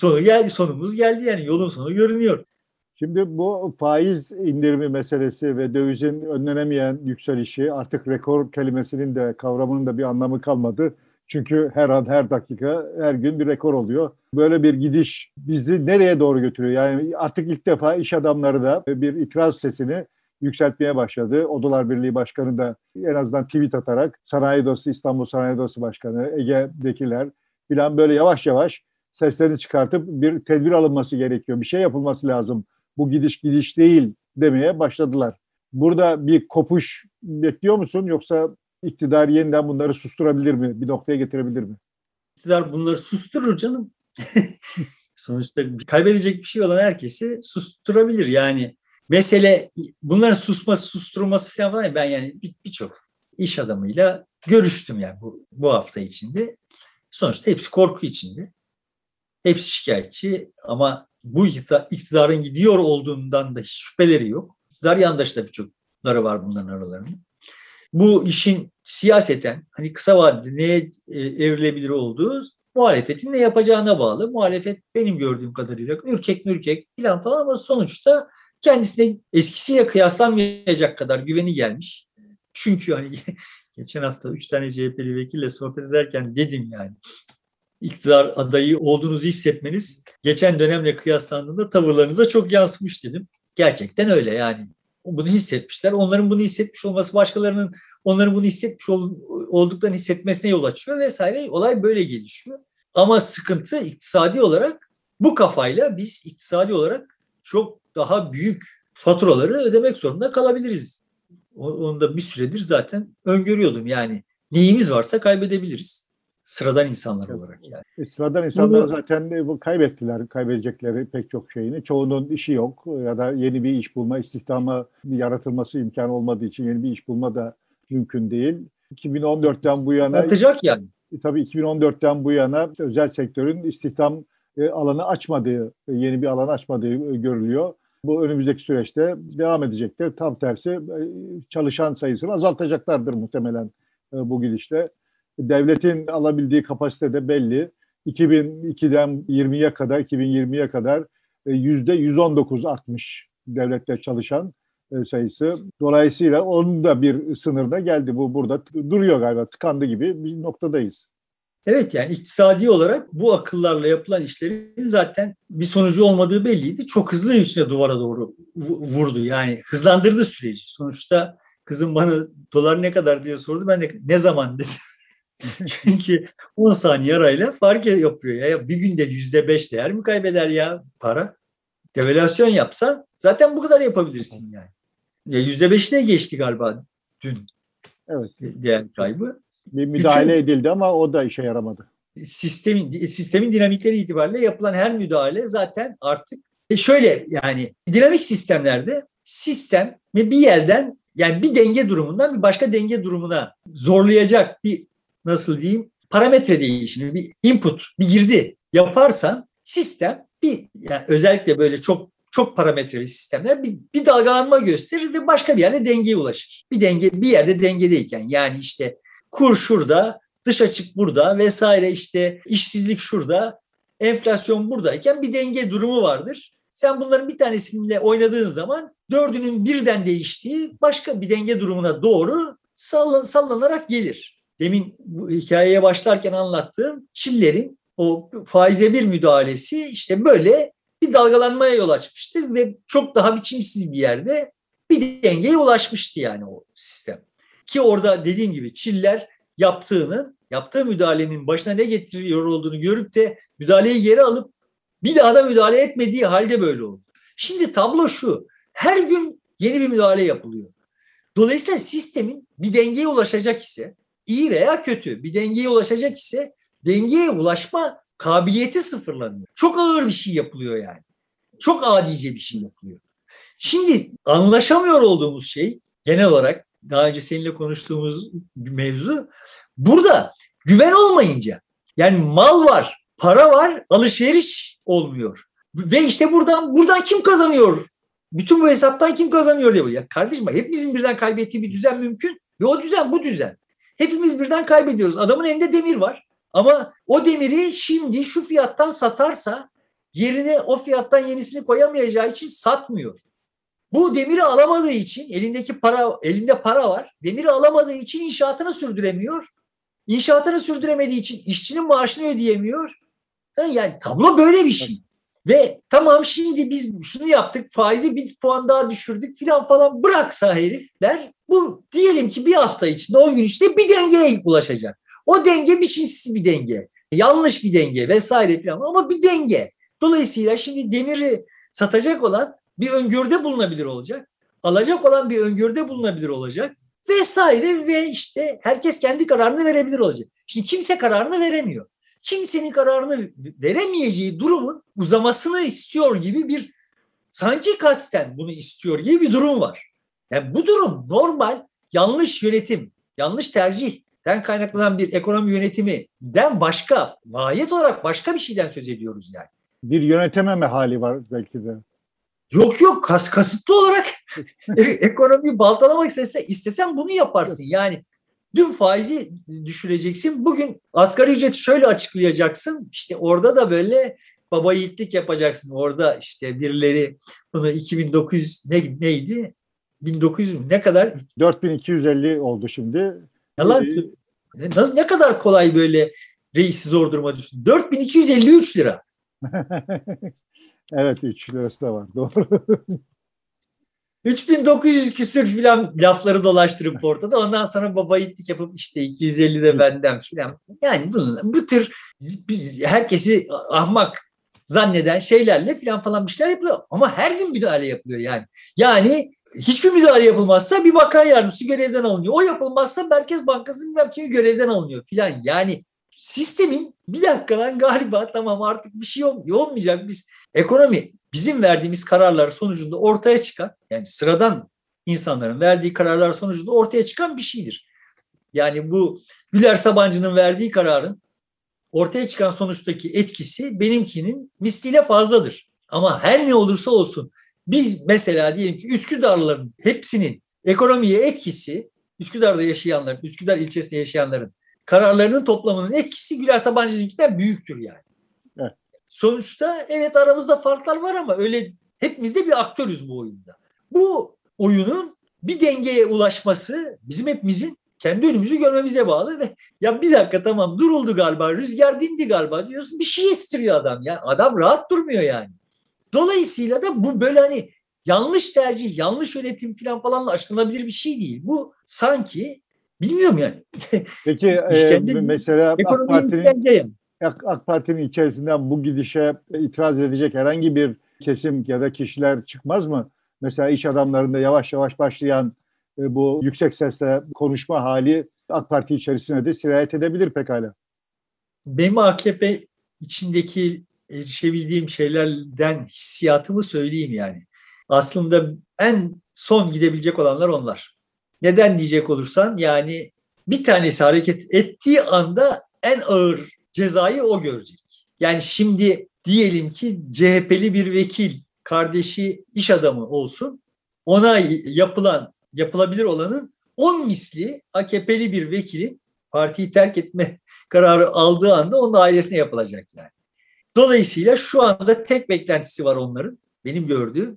Sonumuz geldi yani. Yolun sonu görünüyor. Şimdi bu faiz indirimi meselesi ve dövizin önlenemeyen yükselişi artık rekor kelimesinin de kavramının da bir anlamı kalmadı. Çünkü her an, her dakika, her gün bir rekor oluyor. Böyle bir gidiş bizi nereye doğru götürüyor? Yani artık ilk defa iş adamları da bir itiraz sesini yükseltmeye başladı. Odalar Birliği Başkanı da en azından tweet atarak Sanayi Odası, İstanbul Sanayi Odası Başkanı, Ege'dekiler falan böyle yavaş yavaş seslerini çıkartıp bir tedbir alınması gerekiyor. Bir şey yapılması lazım. Bu gidiş değil demeye başladılar. Burada bir kopuş bekliyor musun yoksa iktidar yeniden bunları susturabilir mi? Bir noktaya getirebilir mi? İktidar bunları susturur canım. Sonuçta kaybedecek bir şey olan herkesi susturabilir. Yani mesele bunların susturulması falan ben yani birçok iş adamıyla görüştüm yani bu hafta içinde. Sonuçta hepsi korku içinde. Hepsi şikayetçi ama bu iktidarın gidiyor olduğundan da hiç şüpheleri yok. İktidar yandaşı da birçokları var bunların aralarında. Bu işin siyaseten hani kısa vadede neye evrilebilir olduğu muhalefetin ne yapacağına bağlı. Muhalefet benim gördüğüm kadarıyla ürkek falan ama sonuçta kendisine eskisiyle kıyaslanmayacak kadar güveni gelmiş. Çünkü hani geçen hafta 3 tane CHP'li vekille sohbet ederken dedim yani iktidar adayı olduğunuzu hissetmeniz geçen dönemle kıyaslandığında tavırlarınıza çok yansımış dedim. Gerçekten öyle yani. bunu hissetmişler. Onların bunu hissetmiş olması başkalarının onların bunu hissetmiş olduklarını hissetmesine yol açıyor vesaire. Olay böyle gelişiyor. Ama sıkıntı iktisadi olarak bu kafayla biz iktisadi olarak çok daha büyük faturaları ödemek zorunda kalabiliriz. Onu da bir süredir zaten öngörüyordum. Yani neyimiz varsa kaybedebiliriz. Sıradan insanlar olarak yani. Sıradan insanlar zaten kaybettiler, kaybedecekleri pek çok şeyini. Çoğunun işi yok ya da yeni bir iş bulma, istihdama yaratılması imkanı olmadığı için yeni bir iş bulma da mümkün değil. 2014'ten bu yana artacak yani. Tabii 2014'ten bu yana özel sektörün istihdam alanı açmadığı, yeni bir alan açmadığı görülüyor. Bu önümüzdeki süreçte devam edecektir. Tam tersi çalışan sayısını azaltacaklardır muhtemelen bu gidişle. Devletin alabildiği kapasite de belli. 2002'den 2020'ye kadar %119 artmış devlette çalışan sayısı. Dolayısıyla onun da bir sınırına geldi. Bu burada duruyor galiba, tıkandı gibi bir noktadayız. Evet, yani iktisadi olarak bu akıllarla yapılan işlerin zaten bir sonucu olmadığı belliydi. Çok hızlı üstüne duvara doğru vurdu. Yani hızlandırdı süreci. Sonuçta kızım bana dolar ne kadar diye sordu. Ben de ne zaman dedim. Çünkü 10 saniye arayla fark yapıyor. Ya bir günde %5 değer mi kaybeder ya para? Devalüasyon yapsa zaten bu kadar yapabilirsin yani. Ya %5'ne geçti galiba dün. Evet. Değer kaybı. Bir müdahale edildi ama o da işe yaramadı. Sistemin dinamikleri itibariyle yapılan her müdahale zaten artık şöyle, yani dinamik sistemlerde sistem ve bir yerden, yani bir denge durumundan bir başka denge durumuna zorlayacak bir, nasıl diyeyim, parametre değişimi, bir input, bir girdi yaparsan sistem yani özellikle böyle çok parametreli sistemler bir dalgalanma gösterir ve başka bir yerde dengeye ulaşır. Bir yerde dengedeyken, yani işte kur şurada, dış açık burada vesaire, işte işsizlik şurada, enflasyon buradayken bir denge durumu vardır. Sen bunların bir tanesiyle oynadığın zaman dördünün birden değiştiği başka bir denge durumuna doğru sallanarak gelir. Demin bu hikayeye başlarken anlattığım Çillerin o faize bir müdahalesi işte böyle bir dalgalanmaya yol açmıştı ve çok daha biçimsiz bir yerde bir dengeye ulaşmıştı yani o sistem. Ki orada dediğim gibi Çiller yaptığı müdahalenin başına ne getiriyor olduğunu görüp de müdahaleyi geri alıp bir daha da müdahale etmediği halde böyle oldu. Şimdi tablo şu: her gün yeni bir müdahale yapılıyor. Dolayısıyla sistemin bir dengeye ulaşacak ise, iyi veya kötü bir dengeye ulaşacak ise, dengeye ulaşma kabiliyeti sıfırlanıyor. Çok ağır bir şey yapılıyor yani. Çok adice bir şey yapılıyor. Şimdi anlaşamıyor olduğumuz şey, genel olarak daha önce seninle konuştuğumuz bir mevzu, burada güven olmayınca, yani mal var, para var, alışveriş olmuyor. Ve işte buradan kim kazanıyor? Bütün bu hesaptan kim kazanıyor diye. Ya kardeşim, hepimizin birden kaybettiği bir düzen mümkün. Ve o düzen bu düzen. Hepimiz birden kaybediyoruz. Adamın elinde demir var. Ama o demiri şimdi şu fiyattan satarsa yerine o fiyattan yenisini koyamayacağı için satmıyor. Bu demiri alamadığı için, elinde para var. Demiri alamadığı için inşaatını sürdüremiyor. İnşaatını sürdüremediği için işçinin maaşını ödeyemiyor. Yani tablo böyle bir şey. Ve tamam, şimdi biz şunu yaptık, faizi bir puan daha düşürdük falan, bıraksa herifler, bu diyelim ki bir hafta içinde, 10 gün içinde bir dengeye ulaşacak. O denge biçimsiz bir denge, yanlış bir denge vesaire falan, ama bir denge. Dolayısıyla şimdi demiri satacak olan bir öngörüde bulunabilir olacak. Alacak olan bir öngörüde bulunabilir olacak vesaire ve işte herkes kendi kararını verebilir olacak. Şimdi kimse kararını veremiyor. Kimsenin kararını veremeyeceği durumun uzamasını istiyor gibi bir, sanki kasten bunu istiyor gibi bir durum var. Yani bu durum normal yanlış yönetim, yanlış tercihten kaynaklanan bir ekonomi yönetiminden başka, mahiyet olarak başka bir şeyden söz ediyoruz yani. Bir yönetememe hali var belki de. Yok, kasıtlı olarak ekonomiyi baltalamak istesen bunu yaparsın. Yani dün faizi düşüreceksin, bugün asgari ücreti şöyle açıklayacaksın. İşte orada da böyle baba yiğitlik yapacaksın. Orada işte birileri bunu 2900 neydi? 1900 ne kadar? 4250 oldu şimdi. Yalan. Ne kadar kolay böyle reisi zor duruma düştü. 4253 lira. Evet, 3 lirası da var. Doğru. 3900 küsür filan lafları dolaştırıp ortada. Ondan sonra baba yiğitlik yapıp işte 250 de benden filan. Yani bu tür herkesi ahmak zanneden şeylerle filan falan bir şeyler yapılıyor. Ama her gün müdahale yapılıyor yani. Yani hiçbir müdahale yapılmazsa bir bakan yardımcısı görevden alınıyor. O yapılmazsa Merkez Bankası'nın bilmem kimi görevden alınıyor filan. Yani sistemin bir dakika lan galiba tamam artık bir şey olmayacak. Ekonomi bizim verdiğimiz kararlar sonucunda ortaya çıkan, yani sıradan insanların verdiği kararlar sonucunda ortaya çıkan bir şeydir. Yani bu Güler Sabancı'nın verdiği kararın ortaya çıkan sonuçtaki etkisi benimkinin misliyle fazladır. Ama her ne olursa olsun biz mesela diyelim ki Üsküdarlıların hepsinin ekonomiye etkisi, Üsküdar'da yaşayanların, Üsküdar ilçesinde yaşayanların kararlarının toplamının etkisi Güler Sabancı'nınkinden büyüktür yani. Evet. Sonuçta evet aramızda farklar var ama öyle hepimiz de bir aktörüz bu oyunda. Bu oyunun bir dengeye ulaşması bizim hepimizin kendi önümüzü görmemize bağlı ve ya bir dakika tamam duruldu galiba, rüzgar dindi galiba diyorsun, bir şey estiriyor adam ya. Adam rahat durmuyor yani. Dolayısıyla da bu böyle hani yanlış tercih, yanlış yönetim falanla açıklanabilir bir şey değil. Bu sanki bilmiyorum yani. Peki mesela AK Parti'nin içerisinden bu gidişe itiraz edecek herhangi bir kesim ya da kişiler çıkmaz mı? Mesela iş adamlarında yavaş yavaş başlayan bu yüksek sesle konuşma hali AK Parti içerisine de sirayet edebilir pekala. Benim AKP içindeki erişebildiğim şeylerden hissiyatımı söyleyeyim yani. Aslında en son gidebilecek olanlar onlar. Neden diyecek olursan yani bir tanesi hareket ettiği anda en ağır cezayı o görecek. Yani şimdi diyelim ki CHP'li bir vekil kardeşi iş adamı olsun, ona yapılabilir olanın 10 misli AKP'li bir vekilin partiyi terk etme kararı aldığı anda onun ailesine yapılacak yani. Dolayısıyla şu anda tek beklentisi var onların, benim gördüğüm.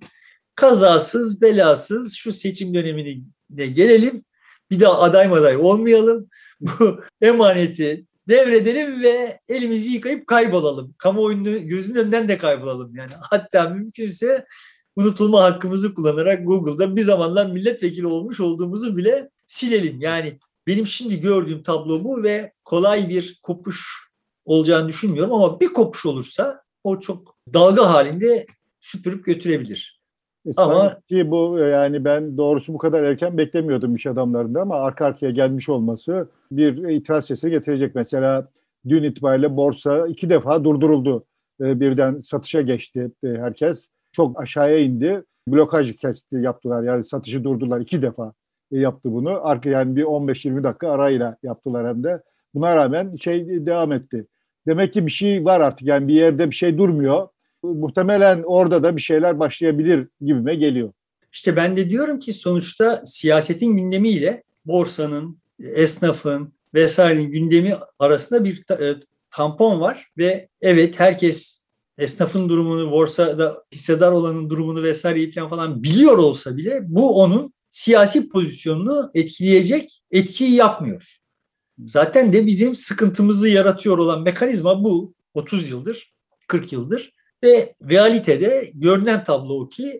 Kazasız belasız şu seçim dönemine gelelim. Bir daha aday olmayalım. Bu emaneti devredelim ve elimizi yıkayıp kaybolalım. Kamuoyunun gözünün önünden de kaybolalım. Yani hatta mümkünse unutulma hakkımızı kullanarak Google'da bir zamanlar milletvekili olmuş olduğumuzu bile silelim. Yani benim şimdi gördüğüm tablo bu ve kolay bir kopuş olacağını düşünmüyorum ama bir kopuş olursa o çok dalga halinde süpürüp götürebilir. Ama ki bu yani ben doğrusu bu kadar erken beklemiyordum iş adamlarında ama arka arkaya gelmiş olması bir itiraz sesi getirecek. Mesela dün itibariyle borsa 2 defa durduruldu. Birden satışa geçti herkes. Çok aşağıya indi. Blokaj yaptılar yani satışı durdular 2 defa yaptı bunu. Yani bir 15-20 dakika arayla yaptılar hem de. Buna rağmen devam etti. Demek ki bir şey var artık yani bir yerde bir şey durmuyor. Muhtemelen orada da bir şeyler başlayabilir gibime geliyor. İşte ben de diyorum ki sonuçta siyasetin gündemiyle borsanın, esnafın vesairenin gündemi arasında bir tampon var ve evet herkes esnafın durumunu, borsada hissedar olanın durumunu vesaireyi falan biliyor olsa bile bu onun siyasi pozisyonunu etkileyecek etkiyi yapmıyor. Zaten de bizim sıkıntımızı yaratıyor olan mekanizma bu 30 yıldır, 40 yıldır. Ve realitede görünen tablo o ki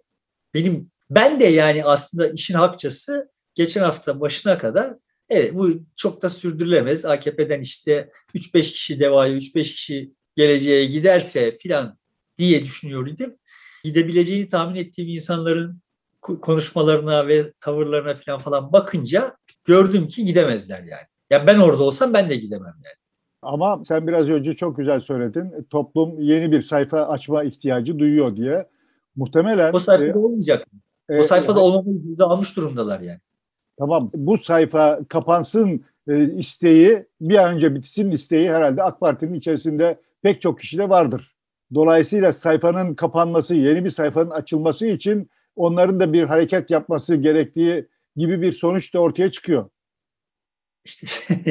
ben de yani aslında işin hakçası geçen hafta başına kadar evet bu çok da sürdürülemez. AKP'den işte 3-5 kişi devaya 3-5 kişi geleceğe giderse filan diye düşünüyordum. Gidebileceğini tahmin ettiğim insanların konuşmalarına ve tavırlarına falan bakınca gördüm ki gidemezler yani. Ya ben orada olsam ben de gidemem yani. Ama sen biraz önce çok güzel söyledin. Toplum yeni bir sayfa açma ihtiyacı duyuyor diye. Muhtemelen... O sayfada olmayacak. O sayfada olmamayı almış durumdalar yani. Tamam. Bu sayfa kapansın isteği, bir an önce bitsin isteği herhalde AK Parti'nin içerisinde pek çok kişide vardır. Dolayısıyla sayfanın kapanması, yeni bir sayfanın açılması için onların da bir hareket yapması gerektiği gibi bir sonuç da ortaya çıkıyor. İşte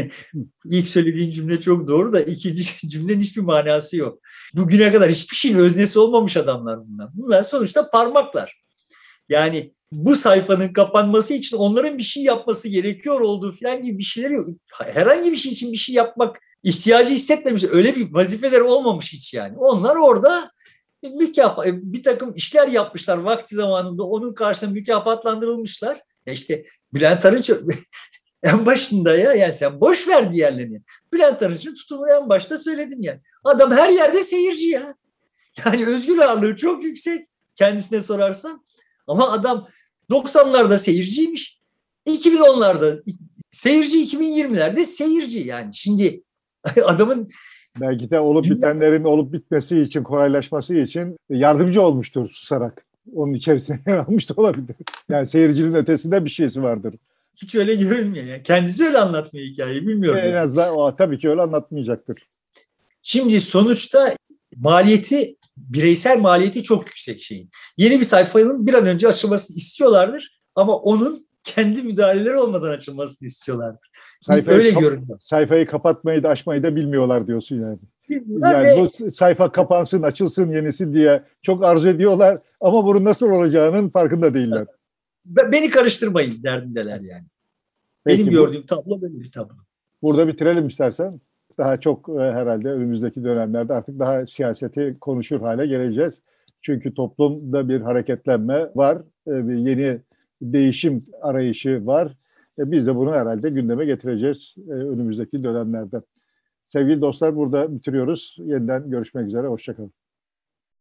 ilk söylediğin cümle çok doğru da ikinci cümlenin hiçbir manası yok. Bugüne kadar hiçbir şeyin öznesi olmamış adamlar bunlar. Bunlar sonuçta parmaklar. Yani bu sayfanın kapanması için onların bir şey yapması gerekiyor olduğu falan gibi bir şeyleri yok. Herhangi bir şey için bir şey yapmak ihtiyacı hissetmemiş. Öyle bir vazifeleri olmamış hiç yani. Onlar orada bir takım işler yapmışlar vakti zamanında. Onun karşısında mükafatlandırılmışlar. İşte Bülent Arınç en başında yani sen boş ver diğerlerini. Bülent Arınç'ın tutumunu en başta söyledim yani. Adam her yerde seyirci ya. Yani özgür ağırlığı çok yüksek kendisine sorarsan. Ama adam 90'larda seyirciymiş. 2010'larda seyirci, 2020'lerde seyirci yani. Şimdi adamın belki de olup bitenlerin olup bitmesi için, kolaylaşması için yardımcı olmuştur susarak. Onun içerisine yer almış da olabilir. Yani seyircinin ötesinde bir şeysi vardır. Hiç öyle görünmüyor. Yani. Kendisi öyle anlatmıyor hikayeyi, bilmiyorum. En azından o tabii ki öyle anlatmayacaktır. Şimdi sonuçta bireysel maliyeti çok yüksek şeyin. Yeni bir sayfanın bir an önce açılmasını istiyorlardır ama onun kendi müdahaleleri olmadan açılmasını istiyorlardır. Öyle görünüyor. Sayfayı kapatmayı da açmayı da bilmiyorlar diyorsun yani. Yani bu sayfa kapansın, açılsın yenisi diye çok arzu ediyorlar ama bunun nasıl olacağının farkında değiller. Beni karıştırmayın derdindeler yani. Peki, benim gördüğüm tablo böyle bir tablo. Burada bitirelim istersen. Daha çok herhalde önümüzdeki dönemlerde artık daha siyaseti konuşur hale geleceğiz. Çünkü toplumda bir hareketlenme var, bir yeni değişim arayışı var. Biz de bunu herhalde gündeme getireceğiz önümüzdeki dönemlerde. Sevgili dostlar, burada bitiriyoruz. Yeniden görüşmek üzere, hoşça kalın.